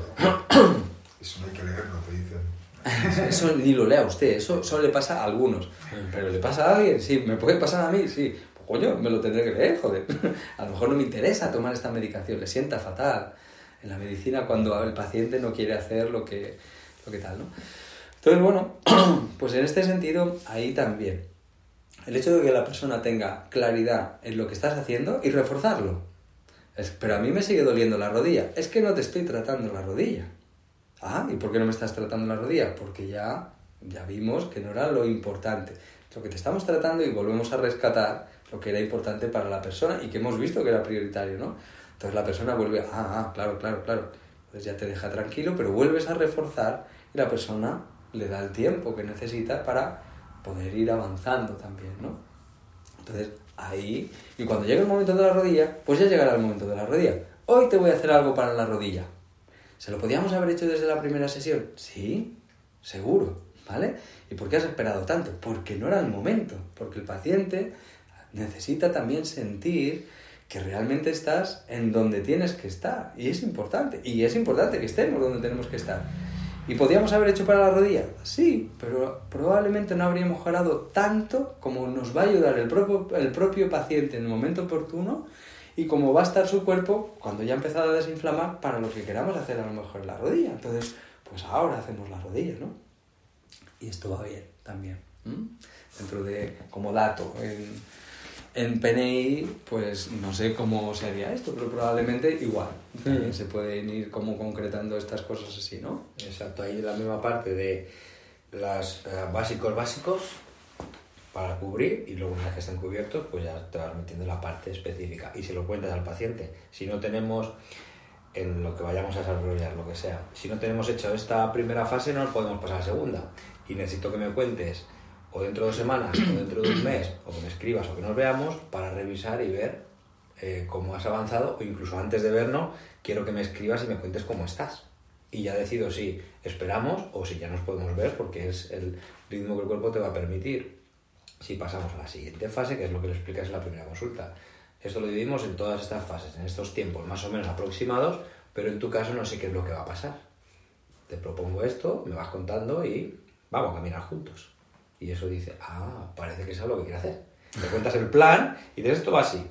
Eso no hay que leerlo, te dicen. Eso ni lo lea usted, eso solo le pasa a algunos. Pero ¿le pasa a alguien? Sí, ¿me puede pasar a mí? Sí. Pues coño, me lo tendré que leer, joder. A lo mejor no me interesa tomar esta medicación, le sienta fatal. En la medicina cuando el paciente no quiere hacer lo que, lo que tal, ¿no? Entonces, bueno, pues en este sentido, ahí también. El hecho de que la persona tenga claridad en lo que estás haciendo y reforzarlo. Es, pero a mí me sigue doliendo la rodilla. Es que no te estoy tratando la rodilla. Ah, ¿y por qué no me estás tratando la rodilla? Porque ya, ya vimos que no era lo importante. Lo que te estamos tratando y volvemos a rescatar lo que era importante para la persona y que hemos visto que era prioritario, ¿no? Entonces la persona vuelve, ah, ah, claro, claro, claro. Entonces ya te deja tranquilo, pero vuelves a reforzar y la persona le da el tiempo que necesita para poder ir avanzando también, ¿no? Entonces ahí, y cuando llegue el momento de la rodilla, pues ya llegará el momento de la rodilla. Hoy te voy a hacer algo para la rodilla. ¿Se lo podíamos haber hecho desde la primera sesión? Sí, seguro, ¿vale? ¿Y por qué has esperado tanto? Porque no era el momento, porque el paciente necesita también sentir que realmente estás en donde tienes que estar. Y es importante. Y es importante que estemos donde tenemos que estar. ¿Y podíamos haber hecho para la rodilla? Sí, pero probablemente no habríamos mejorado tanto como nos va a ayudar el propio, el propio paciente en el momento oportuno y como va a estar su cuerpo cuando ya ha empezado a desinflamar para lo que queramos hacer a lo mejor en la rodilla. Entonces, pues ahora hacemos la rodilla, ¿no? Y esto va bien también. ¿Mm? Dentro de, como dato, en, en P N I, pues no sé cómo sería esto, pero probablemente igual. También se pueden ir como concretando estas cosas así, ¿no? Exacto, ahí la misma parte de los eh, básicos básicos para cubrir y luego una vez que estén cubiertos, pues ya te vas metiendo en la parte específica y se lo cuentas al paciente. Si no tenemos, en lo que vayamos a desarrollar, lo que sea, si no tenemos hecho esta primera fase, no podemos pasar a la segunda. Y necesito que me cuentes o dentro de dos semanas, o dentro de un mes, o que me escribas, o que nos veamos, para revisar y ver eh, cómo has avanzado, o incluso antes de vernos, quiero que me escribas y me cuentes cómo estás. Y ya decido si esperamos o si ya nos podemos ver, porque es el ritmo que el cuerpo te va a permitir. Si pasamos a la siguiente fase, que es lo que le explicas en la primera consulta. Esto lo dividimos en todas estas fases, en estos tiempos más o menos aproximados, pero en tu caso no sé qué es lo que va a pasar. Te propongo esto, me vas contando y vamos a caminar juntos. Y eso dice, ah, parece que es algo que quiere hacer. Te cuentas el plan y dices, esto va así.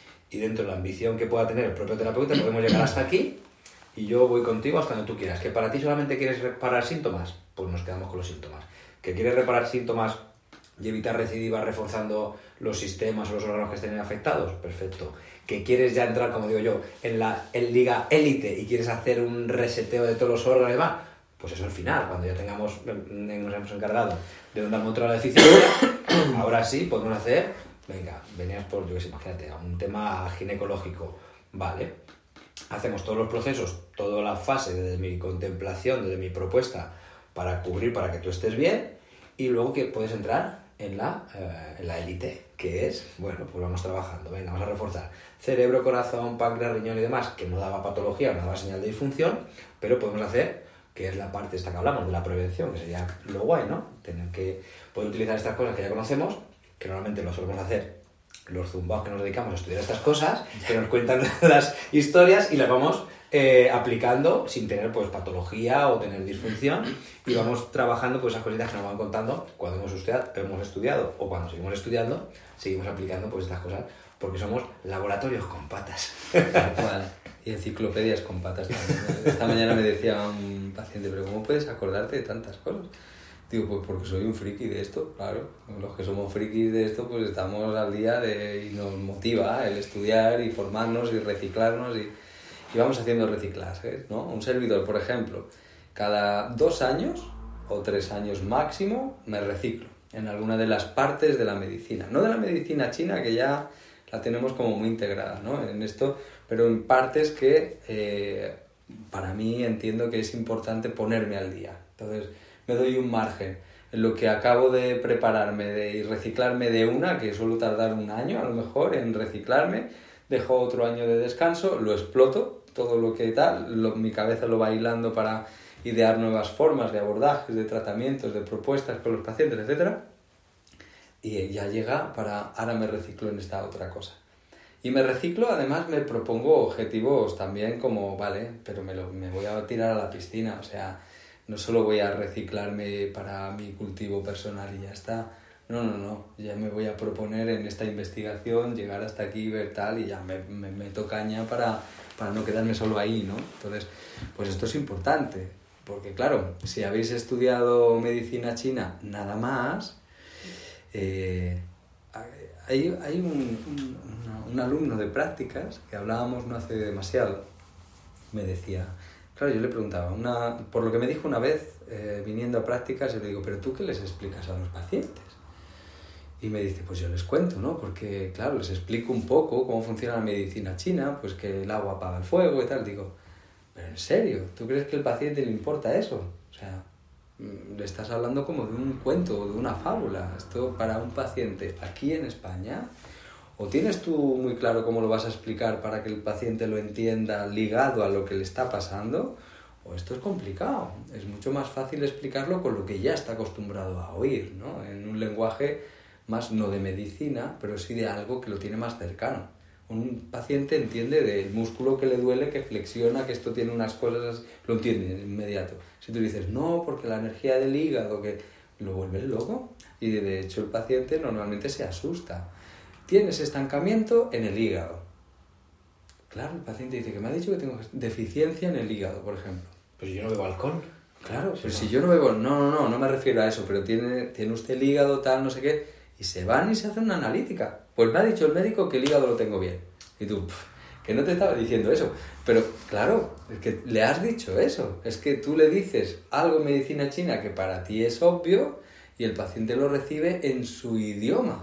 Y dentro de la ambición que pueda tener el propio terapeuta, podemos llegar hasta aquí y yo voy contigo hasta donde tú quieras. ¿Que para ti solamente quieres reparar síntomas? Pues nos quedamos con los síntomas. ¿Que quieres reparar síntomas y evitar recidivas reforzando los sistemas o los órganos que estén afectados? Perfecto. ¿Que quieres ya entrar, como digo yo, en la en liga élite y quieres hacer un reseteo de todos los órganos y demás? Pues eso al final, cuando ya tengamos, nos hemos encargado de dar contra la deficiencia, ahora sí podemos hacer, venga, venías por, yo qué sé, imagínate, a un tema ginecológico, vale, hacemos todos los procesos, toda la fase desde mi contemplación, desde mi propuesta, para cubrir, para que tú estés bien, y luego que puedes entrar en la eh, en la élite, que es, bueno, pues vamos trabajando, venga, vamos a reforzar cerebro, corazón, páncreas, riñón y demás, que no daba patología, no daba señal de disfunción, pero podemos hacer, que es la parte esta que hablamos, de la prevención, que sería lo guay, ¿no? Tener que poder utilizar estas cosas que ya conocemos, que normalmente lo solemos hacer los zumbaos que nos dedicamos a estudiar estas cosas, que nos cuentan las historias y las vamos eh, aplicando sin tener pues patología o tener disfunción, y vamos trabajando pues esas cositas que nos van contando cuando hemos estudiado, hemos estudiado o cuando seguimos estudiando, seguimos aplicando pues estas cosas, porque somos laboratorios con patas. Bueno, y enciclopedias con patas también. Esta mañana me decía un paciente, pero ¿cómo puedes acordarte de tantas cosas? Digo, pues porque soy un friki de esto, claro. Los que somos frikis de esto, pues estamos al día de, y nos motiva el estudiar y formarnos y reciclarnos y, y vamos haciendo reciclajes, ¿no? Un servidor, por ejemplo, cada dos años o tres años máximo me reciclo en alguna de las partes de la medicina. No de la medicina china, que ya la tenemos como muy integrada, ¿no? En esto, pero en partes que eh, para mí entiendo que es importante ponerme al día. Entonces, me doy un margen en lo que acabo de prepararme de, y reciclarme de una, que suelo tardar un año a lo mejor en reciclarme, dejo otro año de descanso, lo exploto, todo lo que tal, lo, mi cabeza lo va hilando para idear nuevas formas de abordajes, de tratamientos, de propuestas con los pacientes, etcétera. Y ya llega para, ahora me reciclo en esta otra cosa. Y me reciclo, además me propongo objetivos también como, vale, pero me, lo, me voy a tirar a la piscina, o sea, no solo voy a reciclarme para mi cultivo personal y ya está. No, no, no, ya me voy a proponer en esta investigación llegar hasta aquí, ver tal, y ya me, me meto caña para, para no quedarme solo ahí, ¿no? Entonces, pues esto es importante, porque claro, si habéis estudiado medicina china nada más, eh, hay, hay un, un, un, un alumno de prácticas que hablábamos no hace demasiado, me decía... Claro, yo le preguntaba, una, por lo que me dijo una vez, eh, viniendo a prácticas, yo le digo, ¿pero tú qué les explicas a los pacientes? Y me dice, pues yo les cuento, ¿no? Porque, claro, les explico un poco cómo funciona la medicina china, pues que el agua apaga el fuego y tal. Digo, ¿pero en serio? ¿Tú crees que al paciente le importa eso? O sea, le estás hablando como de un cuento, de una fábula. Esto para un paciente aquí en España... O tienes tú muy claro cómo lo vas a explicar para que el paciente lo entienda ligado a lo que le está pasando, o esto es complicado. Es mucho más fácil explicarlo con lo que ya está acostumbrado a oír, ¿no? En un lenguaje más no de medicina, pero sí de algo que lo tiene más cercano. Un paciente entiende del músculo que le duele, que flexiona, que esto tiene unas cosas, lo entiende de inmediato. Si tú dices, no, porque la energía del hígado, que lo vuelves loco. Y de hecho el paciente normalmente se asusta. Tienes estancamiento en el hígado. Claro, el paciente dice que me ha dicho que tengo deficiencia en el hígado, por ejemplo. Pero yo no bebo alcohol. Claro, pero Sí, si no. yo no bebo, no, no, no, no me refiero a eso, pero tiene, tiene usted el hígado tal, no sé qué, y se van y se hacen una analítica. Pues me ha dicho el médico que el hígado lo tengo bien. Y tú, pff, que no te estaba diciendo eso. Pero claro, es que le has dicho eso. Es que tú le dices algo en medicina china que para ti es obvio y el paciente lo recibe en su idioma.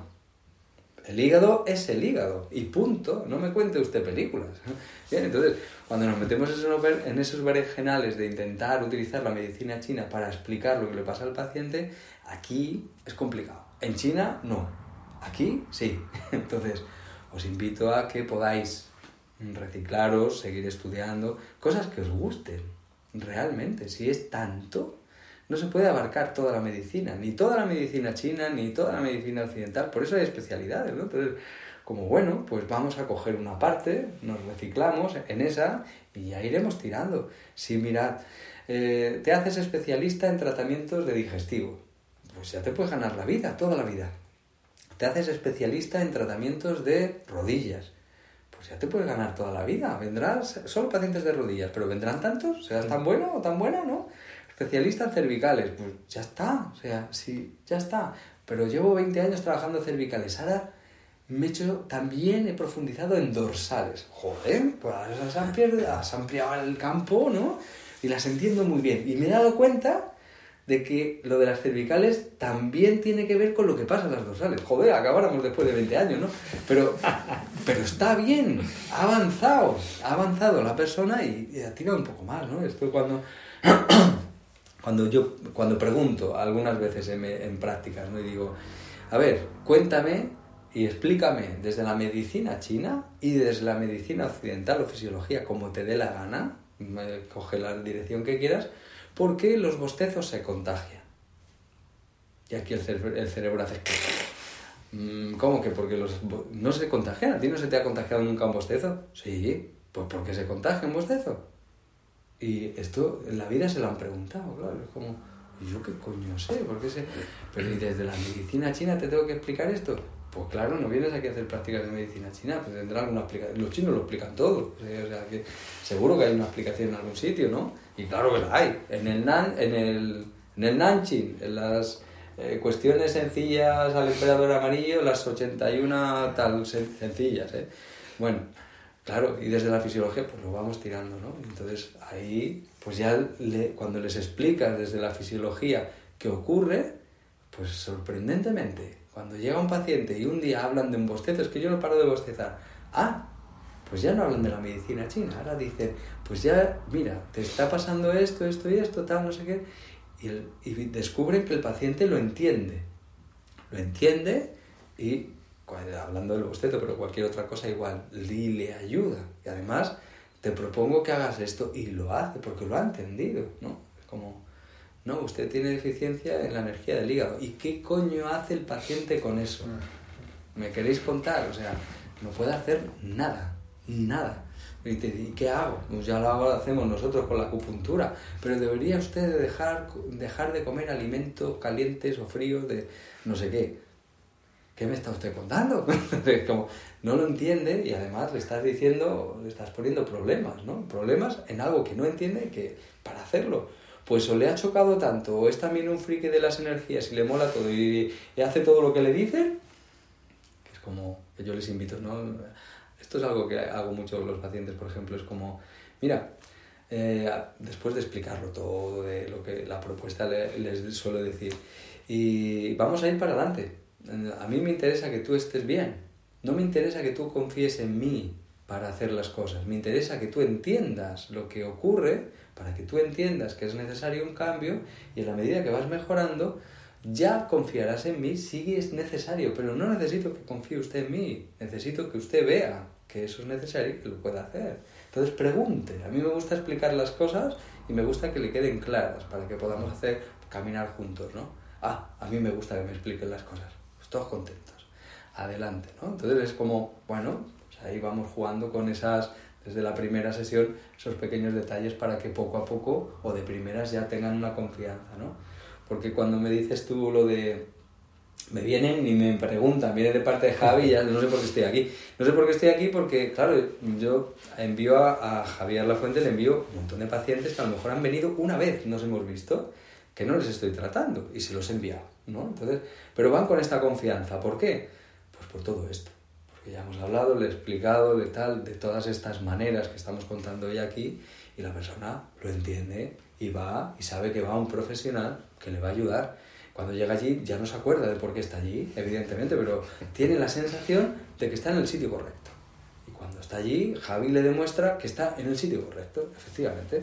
El hígado es el hígado y punto. No me cuente usted películas. Bien, entonces, cuando nos metemos en esos berenjenales de intentar utilizar la medicina china para explicar lo que le pasa al paciente, aquí es complicado. En China, no. Aquí, sí. Entonces, os invito a que podáis reciclaros, seguir estudiando, cosas que os gusten, realmente. Si es tanto, no se puede abarcar toda la medicina, ni toda la medicina china, ni toda la medicina occidental, por eso hay especialidades, ¿no? Entonces, como bueno, pues vamos a coger una parte, nos reciclamos en esa y ya iremos tirando. Si mirad, eh, te haces especialista en tratamientos de digestivo, pues ya te puedes ganar la vida, toda la vida. Te haces especialista en tratamientos de rodillas, pues ya te puedes ganar toda la vida. Vendrás solo pacientes de rodillas, pero ¿vendrán tantos? ¿Serás tan bueno o tan buena, no? Especialista en cervicales, pues ya está, o sea, sí, ya está. Pero llevo veinte años trabajando en cervicales, ahora me he hecho, también he profundizado en dorsales. Joder, pues ahora has ampliado, has ampliado el campo, ¿no? Y las entiendo muy bien. Y me he dado cuenta de que lo de las cervicales también tiene que ver con lo que pasa en las dorsales. Joder, acabáramos después de veinte años, ¿no? Pero, pero está bien, ha avanzado, ha avanzado la persona y, y ha tirado un poco más, ¿no? Esto cuando... Cuando yo cuando pregunto algunas veces en, en prácticas, ¿no? Y digo, a ver, cuéntame y explícame desde la medicina china y desde la medicina occidental o fisiología, como te dé la gana, coge la dirección que quieras, ¿por qué los bostezos se contagian? Y aquí el, cere- el cerebro hace... ¿Cómo que? Porque los bo- no se contagian. ¿A ti no se te ha contagiado nunca un bostezo? Sí, pues ¿por qué se contagia un bostezo? Y esto en la vida se lo han preguntado, claro, es como, ¿y yo qué coño sé? ¿Por qué sé? Pero ¿y desde la medicina china te tengo que explicar esto? Pues claro, no vienes aquí a hacer prácticas de medicina china, pues tendrá alguna explicación. Los chinos lo explican todo, o sea, o sea, que seguro que hay una explicación en algún sitio, ¿no? Y claro que la hay. En el Nan, en el, en el Nanjing, en las eh, cuestiones sencillas al emperador amarillo, las ochenta y una tal sen- sencillas, ¿eh? Bueno, claro, y desde la fisiología pues lo vamos tirando, ¿no? Entonces ahí, pues ya le, cuando les explicas desde la fisiología qué ocurre, pues sorprendentemente, cuando llega un paciente y un día hablan de un bostezo, es que yo no paro de bostezar, ah, pues ya no hablan de la medicina china, ahora dicen, pues ya, mira, te está pasando esto, esto y esto, tal, no sé qué, y, el, y descubren que el paciente lo entiende, lo entiende y... hablando del bostezo, pero cualquier otra cosa igual, y le ayuda. Y además te propongo que hagas esto y lo hace porque lo ha entendido, ¿no? Es como, no, usted tiene deficiencia en la energía del hígado. ¿Y qué coño hace el paciente con eso? ¿Me queréis contar? O sea, no puede hacer nada, nada. ¿Y, te, ¿y qué hago? Pues ya lo hago, hacemos nosotros con la acupuntura. Pero debería usted dejar, dejar de comer alimentos calientes o fríos de no sé qué. ¿Qué me está usted contando? Como no lo entiende y además le estás diciendo, le estás poniendo problemas, ¿no? Problemas en algo que no entiende que para hacerlo. Pues o le ha chocado tanto, o es también un friki de las energías y le mola todo y, y hace todo lo que le dicen, que es como que yo les invito, ¿no? Esto es algo que hago mucho con los pacientes, por ejemplo, es como, mira, eh, después de explicarlo todo, de lo que la propuesta le, les suelo decir, y vamos a ir para adelante. A mí me interesa que tú estés bien. No me interesa que tú confíes en mí para hacer las cosas. Me interesa que tú entiendas lo que ocurre, para que tú entiendas que es necesario un cambio y en la medida que vas mejorando, ya confiarás en mí si es necesario. Pero no necesito que confíe usted en mí. Necesito que usted vea que eso es necesario y que lo pueda hacer. Entonces pregunte. A mí me gusta explicar las cosas y me gusta que le queden claras para que podamos hacer caminar juntos, ¿no? Ah, a mí me gusta que me expliquen las cosas. todos contentos, adelante, ¿no? Entonces es como, bueno, pues ahí vamos jugando con esas, desde la primera sesión, esos pequeños detalles para que poco a poco, o de primeras, ya tengan una confianza, ¿no? Porque cuando me dices tú lo de... Me vienen y me preguntan, viene de parte de Javi y ya no sé por qué estoy aquí. No sé por qué estoy aquí porque, claro, yo envío a, a Javier Lafuente, le envío un montón de pacientes que a lo mejor han venido una vez, nos hemos visto, que no les estoy tratando y se los he enviado, ¿no? Entonces, pero van con esta confianza. ¿Por qué? Pues por todo esto. Porque ya hemos hablado, le he explicado de tal, de todas estas maneras que estamos contando hoy aquí y la persona lo entiende y va y sabe que va a un profesional que le va a ayudar. Cuando llega allí ya no se acuerda de por qué está allí, evidentemente, pero tiene la sensación de que está en el sitio correcto. Y cuando está allí, Javi le demuestra que está en el sitio correcto, efectivamente.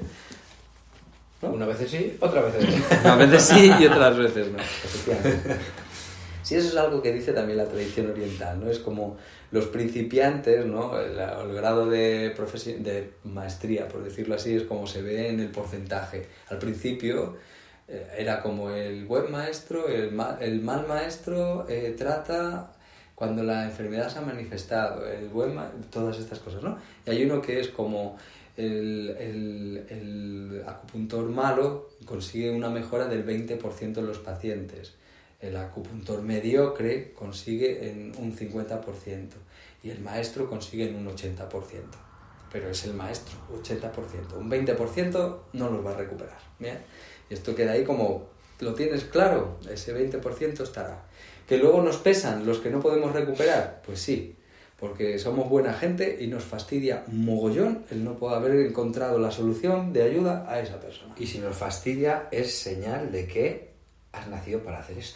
¿No? Unas veces sí, otras veces no. Unas veces sí y otras veces no, efectivamente. Sí, eso es algo que dice también la tradición oriental, ¿no? Es como los principiantes, ¿no? El, el grado de, profesi- de maestría, por decirlo así, es como se ve en el porcentaje. Al principio... era como el buen maestro, el mal, el mal maestro eh, trata cuando la enfermedad se ha manifestado, el buen ma- todas estas cosas, ¿no? Y hay uno que es como el, el, el acupuntor malo consigue una mejora del veinte por ciento en los pacientes, el acupuntor mediocre consigue en un cincuenta por ciento y el maestro consigue en un ochenta por ciento. Pero es el maestro, ochenta por ciento. Un veinte por ciento no los va a recuperar, ¿bien? Y esto queda ahí como, ¿lo tienes claro? Ese veinte por ciento estará. ¿Que luego nos pesan los que no podemos recuperar? Pues sí, porque somos buena gente y nos fastidia mogollón el no poder haber encontrado la solución de ayuda a esa persona. Y si nos fastidia, es señal de que has nacido para hacer esto.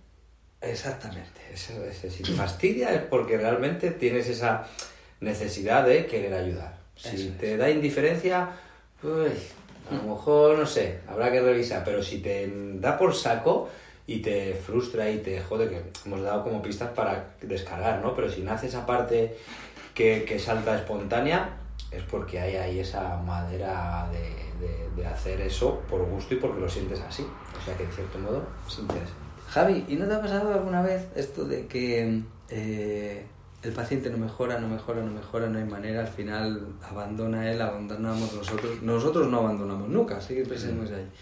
Exactamente. Eso, eso, si te fastidia es porque realmente tienes esa necesidad de querer ayudar. Si Eso te es. da indiferencia, uy, a lo mejor, no sé, habrá que revisar. Pero si te da por saco y te frustra y te jode, que hemos dado como pistas para descargar, ¿no? Pero si nace esa parte que, que salta espontánea, es porque hay ahí esa madera de, de, de hacer eso por gusto y porque lo sientes así. O sea que, en cierto modo, es interesante. Javi, ¿y no te ha pasado alguna vez esto de que eh, el paciente no mejora, no mejora, no mejora, no hay manera, al final abandona él, abandonamos nosotros, nosotros no abandonamos nunca, siempre seguimos ahí.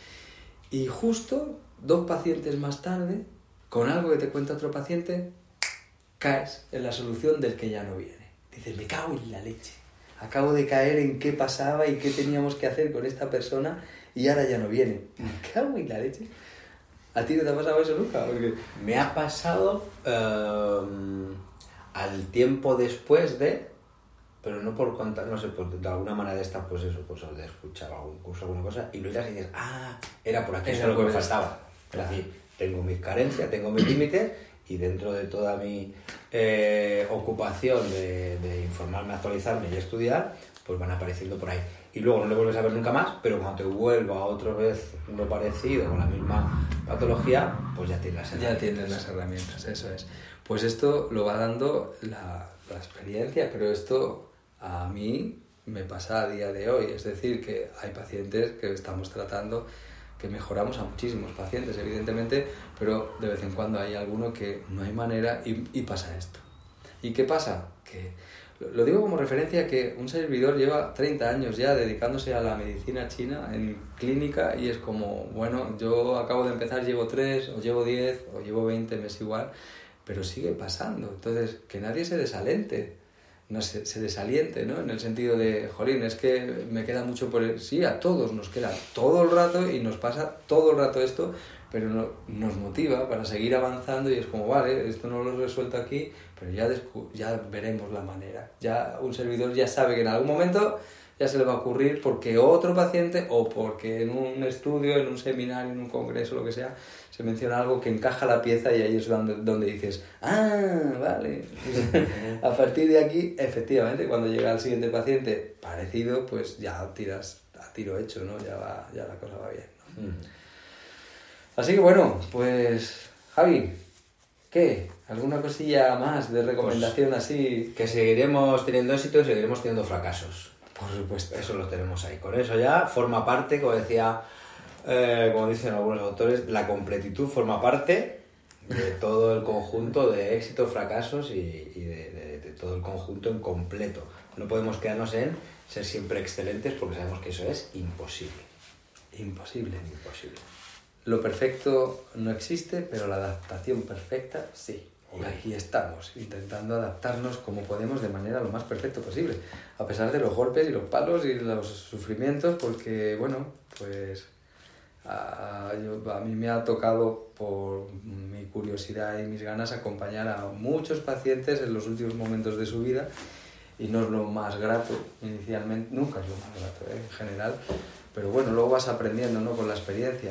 Y justo dos pacientes más tarde, con algo que te cuenta otro paciente, caes en la solución del que ya no viene. Dices, me cago en la leche, acabo de caer en qué pasaba y qué teníamos que hacer con esta persona y ahora ya no viene. Me cago en la leche. ¿A ti no te ha pasado eso nunca? Porque... Me ha pasado eh, al tiempo después de, pero no por contar, no sé, por, de alguna manera de esta, pues eso, pues de escuchar algún curso, alguna cosa, y lo irás y dices, ah, era por aquí, eso es lo que me faltaba. Es decir, tengo mis carencias, tengo mis límites, y dentro de toda mi eh, ocupación de, de informarme, actualizarme y estudiar, pues van apareciendo por ahí. Y luego no le vuelves a ver nunca más, pero cuando te vuelva otra vez lo parecido, con la misma patología, pues ya tienes las herramientas. Ya tienes las herramientas, eso es. Pues esto lo va dando la, la experiencia, pero esto a mí me pasa a día de hoy. Es decir, que hay pacientes que estamos tratando, que mejoramos a muchísimos pacientes, evidentemente, pero de vez en cuando hay alguno que no hay manera y, y pasa esto. ¿Y qué pasa? Que... Lo digo como referencia que un servidor lleva treinta años ya dedicándose a la medicina china en clínica y es como, bueno, yo acabo de empezar, llevo tres, o llevo diez, o llevo veinte, me es igual, pero sigue pasando. Entonces, que nadie se desalente, no se, se desaliente, ¿no? En el sentido de, jolín, es que me queda mucho por... El... Sí, a todos nos queda todo el rato y nos pasa todo el rato esto, pero no, nos motiva para seguir avanzando y es como, vale, esto no lo he resuelto aquí, pero ya, descu- ya veremos la manera. Ya un servidor ya sabe que en algún momento ya se le va a ocurrir porque otro paciente o porque en un estudio, en un seminario, en un congreso, lo que sea, se menciona algo que encaja la pieza y ahí es donde, donde dices, ah, vale. A partir de aquí, efectivamente, cuando llega el siguiente paciente parecido, pues ya tiras a tiro hecho, ¿no? Ya, va, ya la cosa va bien, ¿no? Mm. Así que bueno, pues Javi, ¿qué? ¿Alguna cosilla más de recomendación pues, así? Que seguiremos teniendo éxito y seguiremos teniendo fracasos. Por supuesto. Eso lo tenemos ahí. Con eso ya forma parte, como decía, eh, como dicen algunos autores, la completitud forma parte de todo el conjunto de éxitos, fracasos y, y de, de, de todo el conjunto en completo. No podemos quedarnos en ser siempre excelentes porque sabemos que eso es imposible. Imposible. Imposible. Lo perfecto no existe, pero la adaptación perfecta sí. Y Uy. aquí estamos, intentando adaptarnos como podemos de manera lo más perfecto posible, a pesar de los golpes y los palos y los sufrimientos, porque, bueno, pues a, yo, a mí me ha tocado, por mi curiosidad y mis ganas, acompañar a muchos pacientes en los últimos momentos de su vida, y no es lo más grato inicialmente, nunca es lo más grato, ¿eh? En general, pero bueno, luego vas aprendiendo, ¿no? Con la experiencia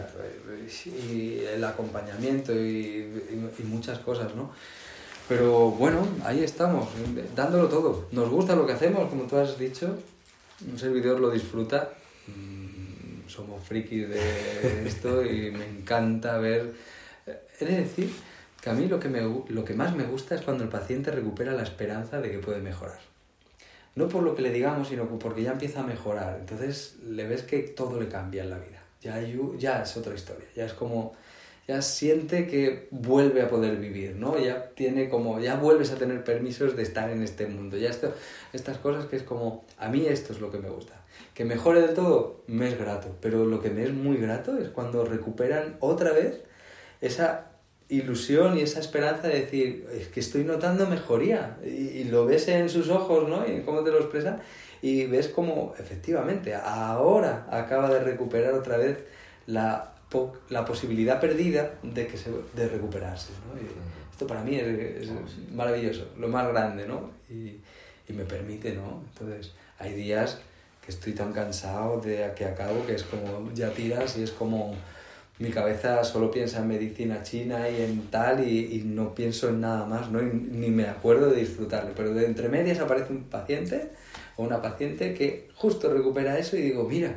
y el acompañamiento y, y, y muchas cosas, ¿no? Pero bueno, ahí estamos, dándolo todo. Nos gusta lo que hacemos, como tú has dicho, un servidor lo disfruta, somos frikis de esto y me encanta ver. He de decir que a mí lo que, me, lo que más me gusta es cuando el paciente recupera la esperanza de que puede mejorar. No por lo que le digamos, sino porque ya empieza a mejorar. Entonces le ves que todo le cambia en la vida. Ya, ya es otra historia. Ya es como... Ya siente que vuelve a poder vivir, ¿no? Ya tiene como... Ya vuelves a tener permisos de estar en este mundo. Ya esto, estas cosas que es como... A mí esto es lo que me gusta. Que mejore del todo, me es grato. Pero lo que me es muy grato es cuando recuperan otra vez esa ilusión y esa esperanza de decir, es que estoy notando mejoría, y, y lo ves en sus ojos, ¿no? Y cómo te lo expresan, y ves como efectivamente ahora acaba de recuperar otra vez la, la posibilidad perdida de, que se, de recuperarse, ¿no? Y esto para mí es, es maravilloso, lo más grande, ¿no? Y, y me permite, ¿no? Entonces hay días que estoy tan cansado de que acabo que es como ya tiras y es como... Mi cabeza solo piensa en medicina china y en tal y, y no pienso en nada más, ¿no? Y ni me acuerdo de disfrutarlo. Pero de entre medias aparece un paciente o una paciente que justo recupera eso y digo, mira,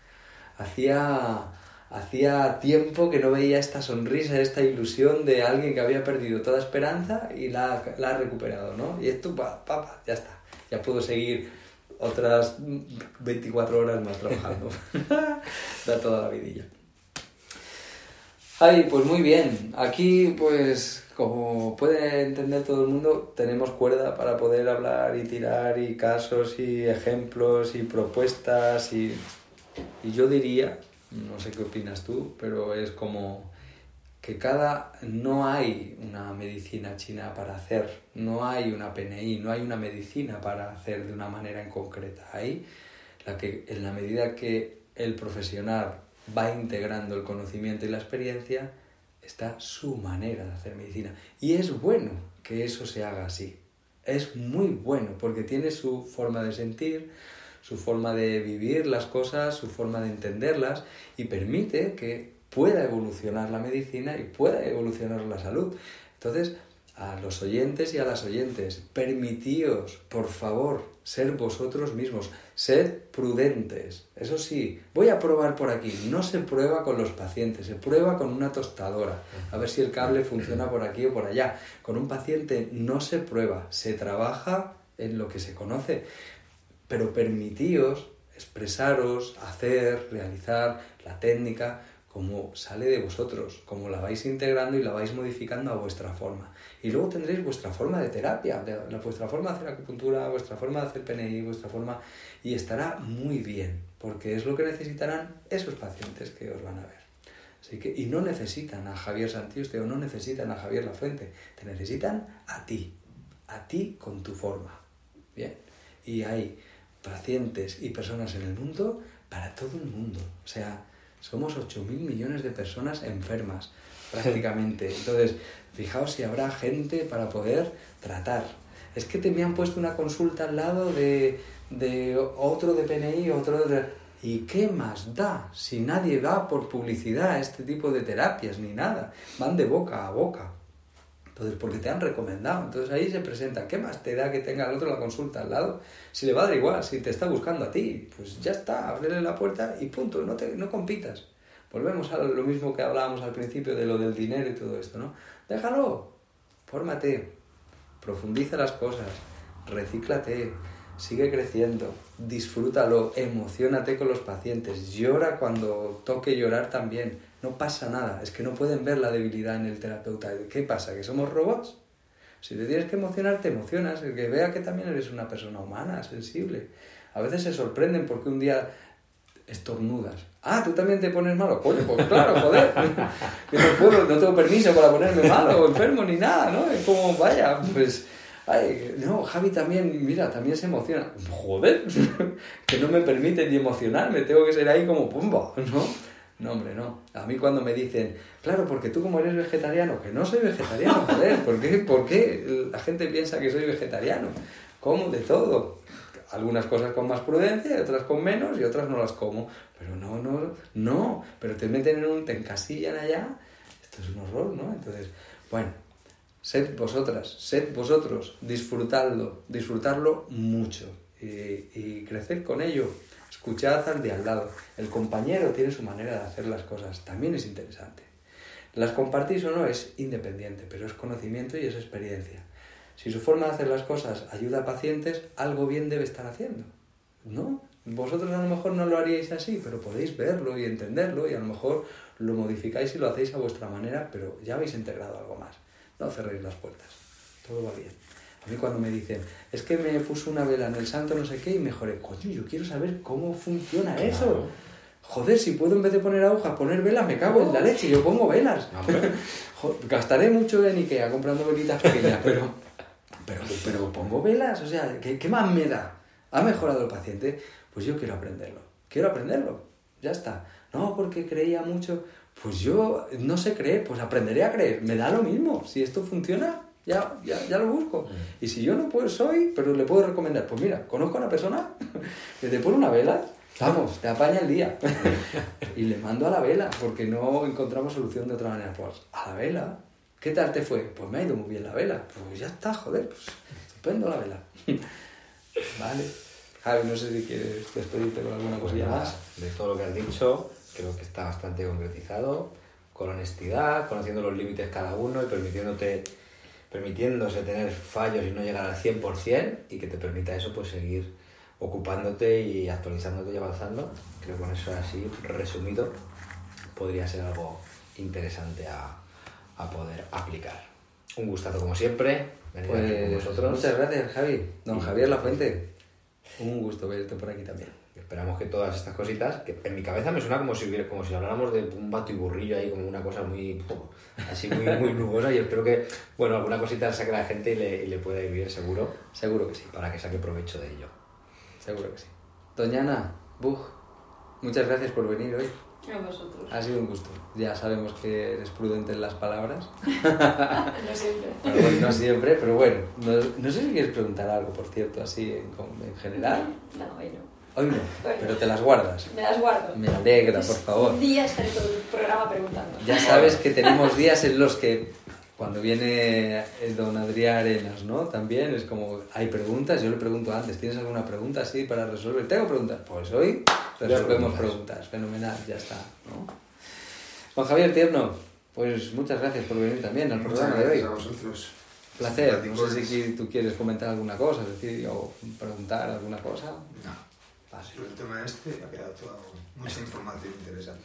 hacía, hacía tiempo que no veía esta sonrisa, esta ilusión de alguien que había perdido toda esperanza y la, la ha recuperado, ¿no? Y esto, pa, pa, pa, ya está. Ya puedo seguir otras veinticuatro horas más trabajando. Da toda la vidilla. Ay, pues muy bien. Aquí, pues, como puede entender todo el mundo, tenemos cuerda para poder hablar y tirar y casos y ejemplos y propuestas y, y yo diría, no sé qué opinas tú, pero es como que cada... No hay una medicina china para hacer, no hay una P N I, no hay una medicina para hacer de una manera en concreta. Hay la que, en la medida que el profesional va integrando el conocimiento y la experiencia, está su manera de hacer medicina. Y es bueno que eso se haga así. Es muy bueno, porque tiene su forma de sentir, su forma de vivir las cosas, su forma de entenderlas, y permite que pueda evolucionar la medicina y pueda evolucionar la salud. Entonces, a los oyentes y a las oyentes, permitíos, por favor, ser vosotros mismos, sed prudentes. Eso sí, voy a probar por aquí. No se prueba con los pacientes, se prueba con una tostadora, a ver si el cable funciona por aquí o por allá. Con un paciente no se prueba, se trabaja en lo que se conoce, pero permitíos expresaros, hacer, realizar la técnica como sale de vosotros, como la vais integrando y la vais modificando a vuestra forma. Y luego tendréis vuestra forma de terapia, de, la, vuestra forma de hacer acupuntura, vuestra forma de hacer P N I, vuestra forma... Y estará muy bien, porque es lo que necesitarán esos pacientes que os van a ver. Así que, y no necesitan a Javier Santiuste o no necesitan a Javier Lafuente, te necesitan a ti, a ti con tu forma. Bien, y hay pacientes y personas en el mundo para todo el mundo. O sea, somos ocho mil millones de personas enfermas, prácticamente. Entonces, fijaos si habrá gente para poder tratar. Es que te me han puesto una consulta al lado de, de otro de P N I, otro de... ¿Y qué más da? Si nadie va por publicidad a este tipo de terapias ni nada. Van de boca a boca. Entonces, porque te han recomendado. Entonces ahí se presenta. ¿Qué más te da que tenga el otro la consulta al lado? Si le va a dar igual, si te está buscando a ti, pues ya está, ábrele la puerta y punto, no, te, no compitas. Volvemos a lo mismo que hablábamos al principio de lo del dinero y todo esto, ¿no? Déjalo, fórmate, profundiza las cosas, recíclate, sigue creciendo, disfrútalo, emociónate con los pacientes, llora cuando toque llorar también, no pasa nada, es que no pueden ver la debilidad en el terapeuta. ¿Qué pasa? ¿Que somos robots? Si te tienes que emocionar, te emocionas, el que vea que también eres una persona humana, sensible. A veces se sorprenden porque un día estornudas. Ah, ¿tú también te pones malo? Coño, pues claro, joder. Yo no puedo, no tengo permiso para ponerme malo o enfermo ni nada, ¿no? Es como, vaya, pues... Ay, no, Javi también, mira, también se emociona. Joder, que no me permiten ni emocionarme, tengo que ser ahí como pumba, ¿no? No, hombre, no. A mí cuando me dicen, claro, porque tú como eres vegetariano, que no soy vegetariano, joder, ¿por qué, ¿por qué la gente piensa que soy vegetariano? Como de todo. Algunas cosas con más prudencia, otras con menos y otras no las como. Pero no, no, no. Pero te meten en un, te encasillan allá. Esto es un horror, ¿no? Entonces, bueno, sed vosotras, sed vosotros, disfrutadlo, disfrutarlo mucho y, y crecer con ello. Escuchad al de al lado. El compañero tiene su manera de hacer las cosas. También es interesante. Las compartís o no es independiente, pero es conocimiento y es experiencia. Si su forma de hacer las cosas ayuda a pacientes, algo bien debe estar haciendo, ¿no? Vosotros a lo mejor no lo haríais así, pero podéis verlo y entenderlo y a lo mejor lo modificáis y lo hacéis a vuestra manera, pero ya habéis integrado algo más. No cerréis las puertas. Todo va bien. A mí cuando me dicen, es que me puso una vela en el santo no sé qué y mejoré. Coño, yo quiero saber cómo funciona claro. eso. Joder, si puedo en vez de poner agujas poner velas, me cago en la leche, yo pongo velas. Joder, gastaré mucho en Ikea comprando velitas pequeñas, pero, pero, pero pongo velas, o sea, ¿qué, ¿qué más me da? ¿Ha mejorado el paciente? Pues yo quiero aprenderlo. Quiero aprenderlo. Ya está. No, porque creía mucho. Pues yo no sé creer, pues aprenderé a creer. Me da lo mismo. Si esto funciona, ya, ya, ya lo busco. Y si yo no puedo, soy, pero le puedo recomendar. Pues mira, conozco a una persona que te pone una vela, vamos, te apaña el día. Y le mando a la vela, porque no encontramos solución de otra manera. Pues a la vela. ¿Qué tal te fue? Pues me ha ido muy bien la vela. Pues ya está, joder, pues estupendo la vela. Vale. Javi, no sé si quieres despedirte con alguna cosilla pues más. De todo lo que has dicho, creo que está bastante concretizado, con honestidad, conociendo los límites cada uno y permitiéndote, permitiéndose tener fallos y no llegar al cien por ciento y que te permita eso, pues seguir ocupándote y actualizándote y avanzando. Creo que con eso así, resumido, podría ser algo interesante a, a poder aplicar. Un gustazo como siempre, venir pues, aquí con vosotros. Muchas gracias, Javi. Don y Javier Lafuente. Un gusto verte por aquí también. Esperamos que todas estas cositas, que en mi cabeza me suena como si hubiera, como si habláramos de un vato y burrillo ahí, como una cosa muy así muy, muy nubosa, y espero que, bueno, alguna cosita saque a la gente y le, y le pueda ir bien, seguro. Seguro que sí. Para que saque provecho de ello. Seguro que sí. Doña Ana, Bug, muchas gracias por venir hoy. A vosotros. Ha sido un gusto. Ya sabemos que eres prudente en las palabras. No siempre. Pero bueno, no siempre, pero bueno. No, no sé si quieres preguntar algo, por cierto, así en, en general. No, hoy no. Hoy no, Bueno, pero te las guardas. Me las guardo. Me alegra, por favor. Un día estaré todo el programa preguntando. Ya sabes que tenemos días en los que, cuando viene el don Adrián Arenas, ¿no? También es como, hay preguntas, yo le pregunto antes, ¿tienes alguna pregunta así para resolver? ¿Tengo preguntas? Pues hoy resolvemos preguntas. Fenomenal, ya está, ¿no? Juan Javier Tierno, pues muchas gracias por venir también al programa de hoy. A vosotros. Placer. No sé si tú quieres comentar alguna cosa, es decir, o preguntar alguna cosa. No. Vale. Sobre el tema este ha quedado toda mucha información interesante.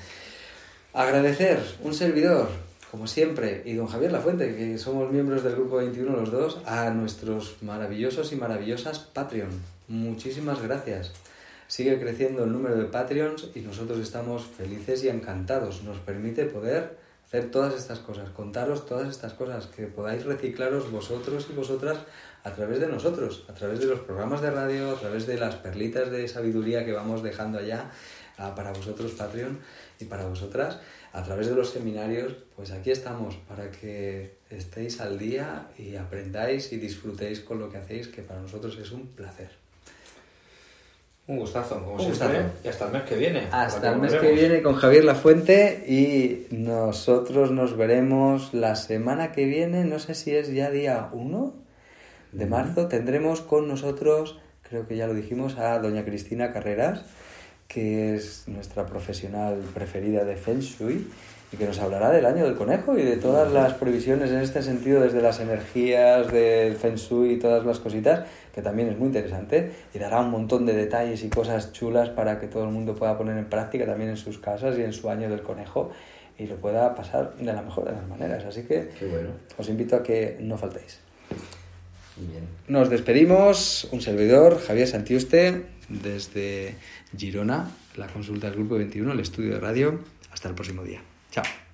Agradecer, un servidor, como siempre, y don Javier Lafuente, que somos miembros del Grupo veintiuno los dos, a nuestros maravillosos y maravillosas Patreon. Muchísimas gracias. Sigue creciendo el número de Patreons y nosotros estamos felices y encantados. Nos permite poder hacer todas estas cosas, contaros todas estas cosas, que podáis reciclaros vosotros y vosotras a través de nosotros, a través de los programas de radio, a través de las perlitas de sabiduría que vamos dejando allá uh, para vosotros Patreon y para vosotras, a través de los seminarios. Pues aquí estamos para que estéis al día y aprendáis y disfrutéis con lo que hacéis, que para nosotros es un placer. Un gustazo, como Un siempre. gustazo. Y hasta el mes que viene. Hasta el mes que viene con Javier Lafuente, y nosotros nos veremos la semana que viene, no sé si es ya día uno de marzo, tendremos con nosotros, creo que ya lo dijimos, a doña Cristina Carreras, que es nuestra profesional preferida de Feng Shui y que nos hablará del año del conejo y de todas las previsiones en este sentido, desde las energías del Feng Shui y todas las cositas, que también es muy interesante, y dará un montón de detalles y cosas chulas para que todo el mundo pueda poner en práctica también en sus casas y en su año del conejo y lo pueda pasar de la mejor de las maneras. Así que Qué bueno. os invito a que no faltéis. Muy bien. Nos despedimos, un servidor, Javier Santiuste, desde Girona, la consulta del Grupo veintiuno, el estudio de radio. Hasta el próximo día. Chao.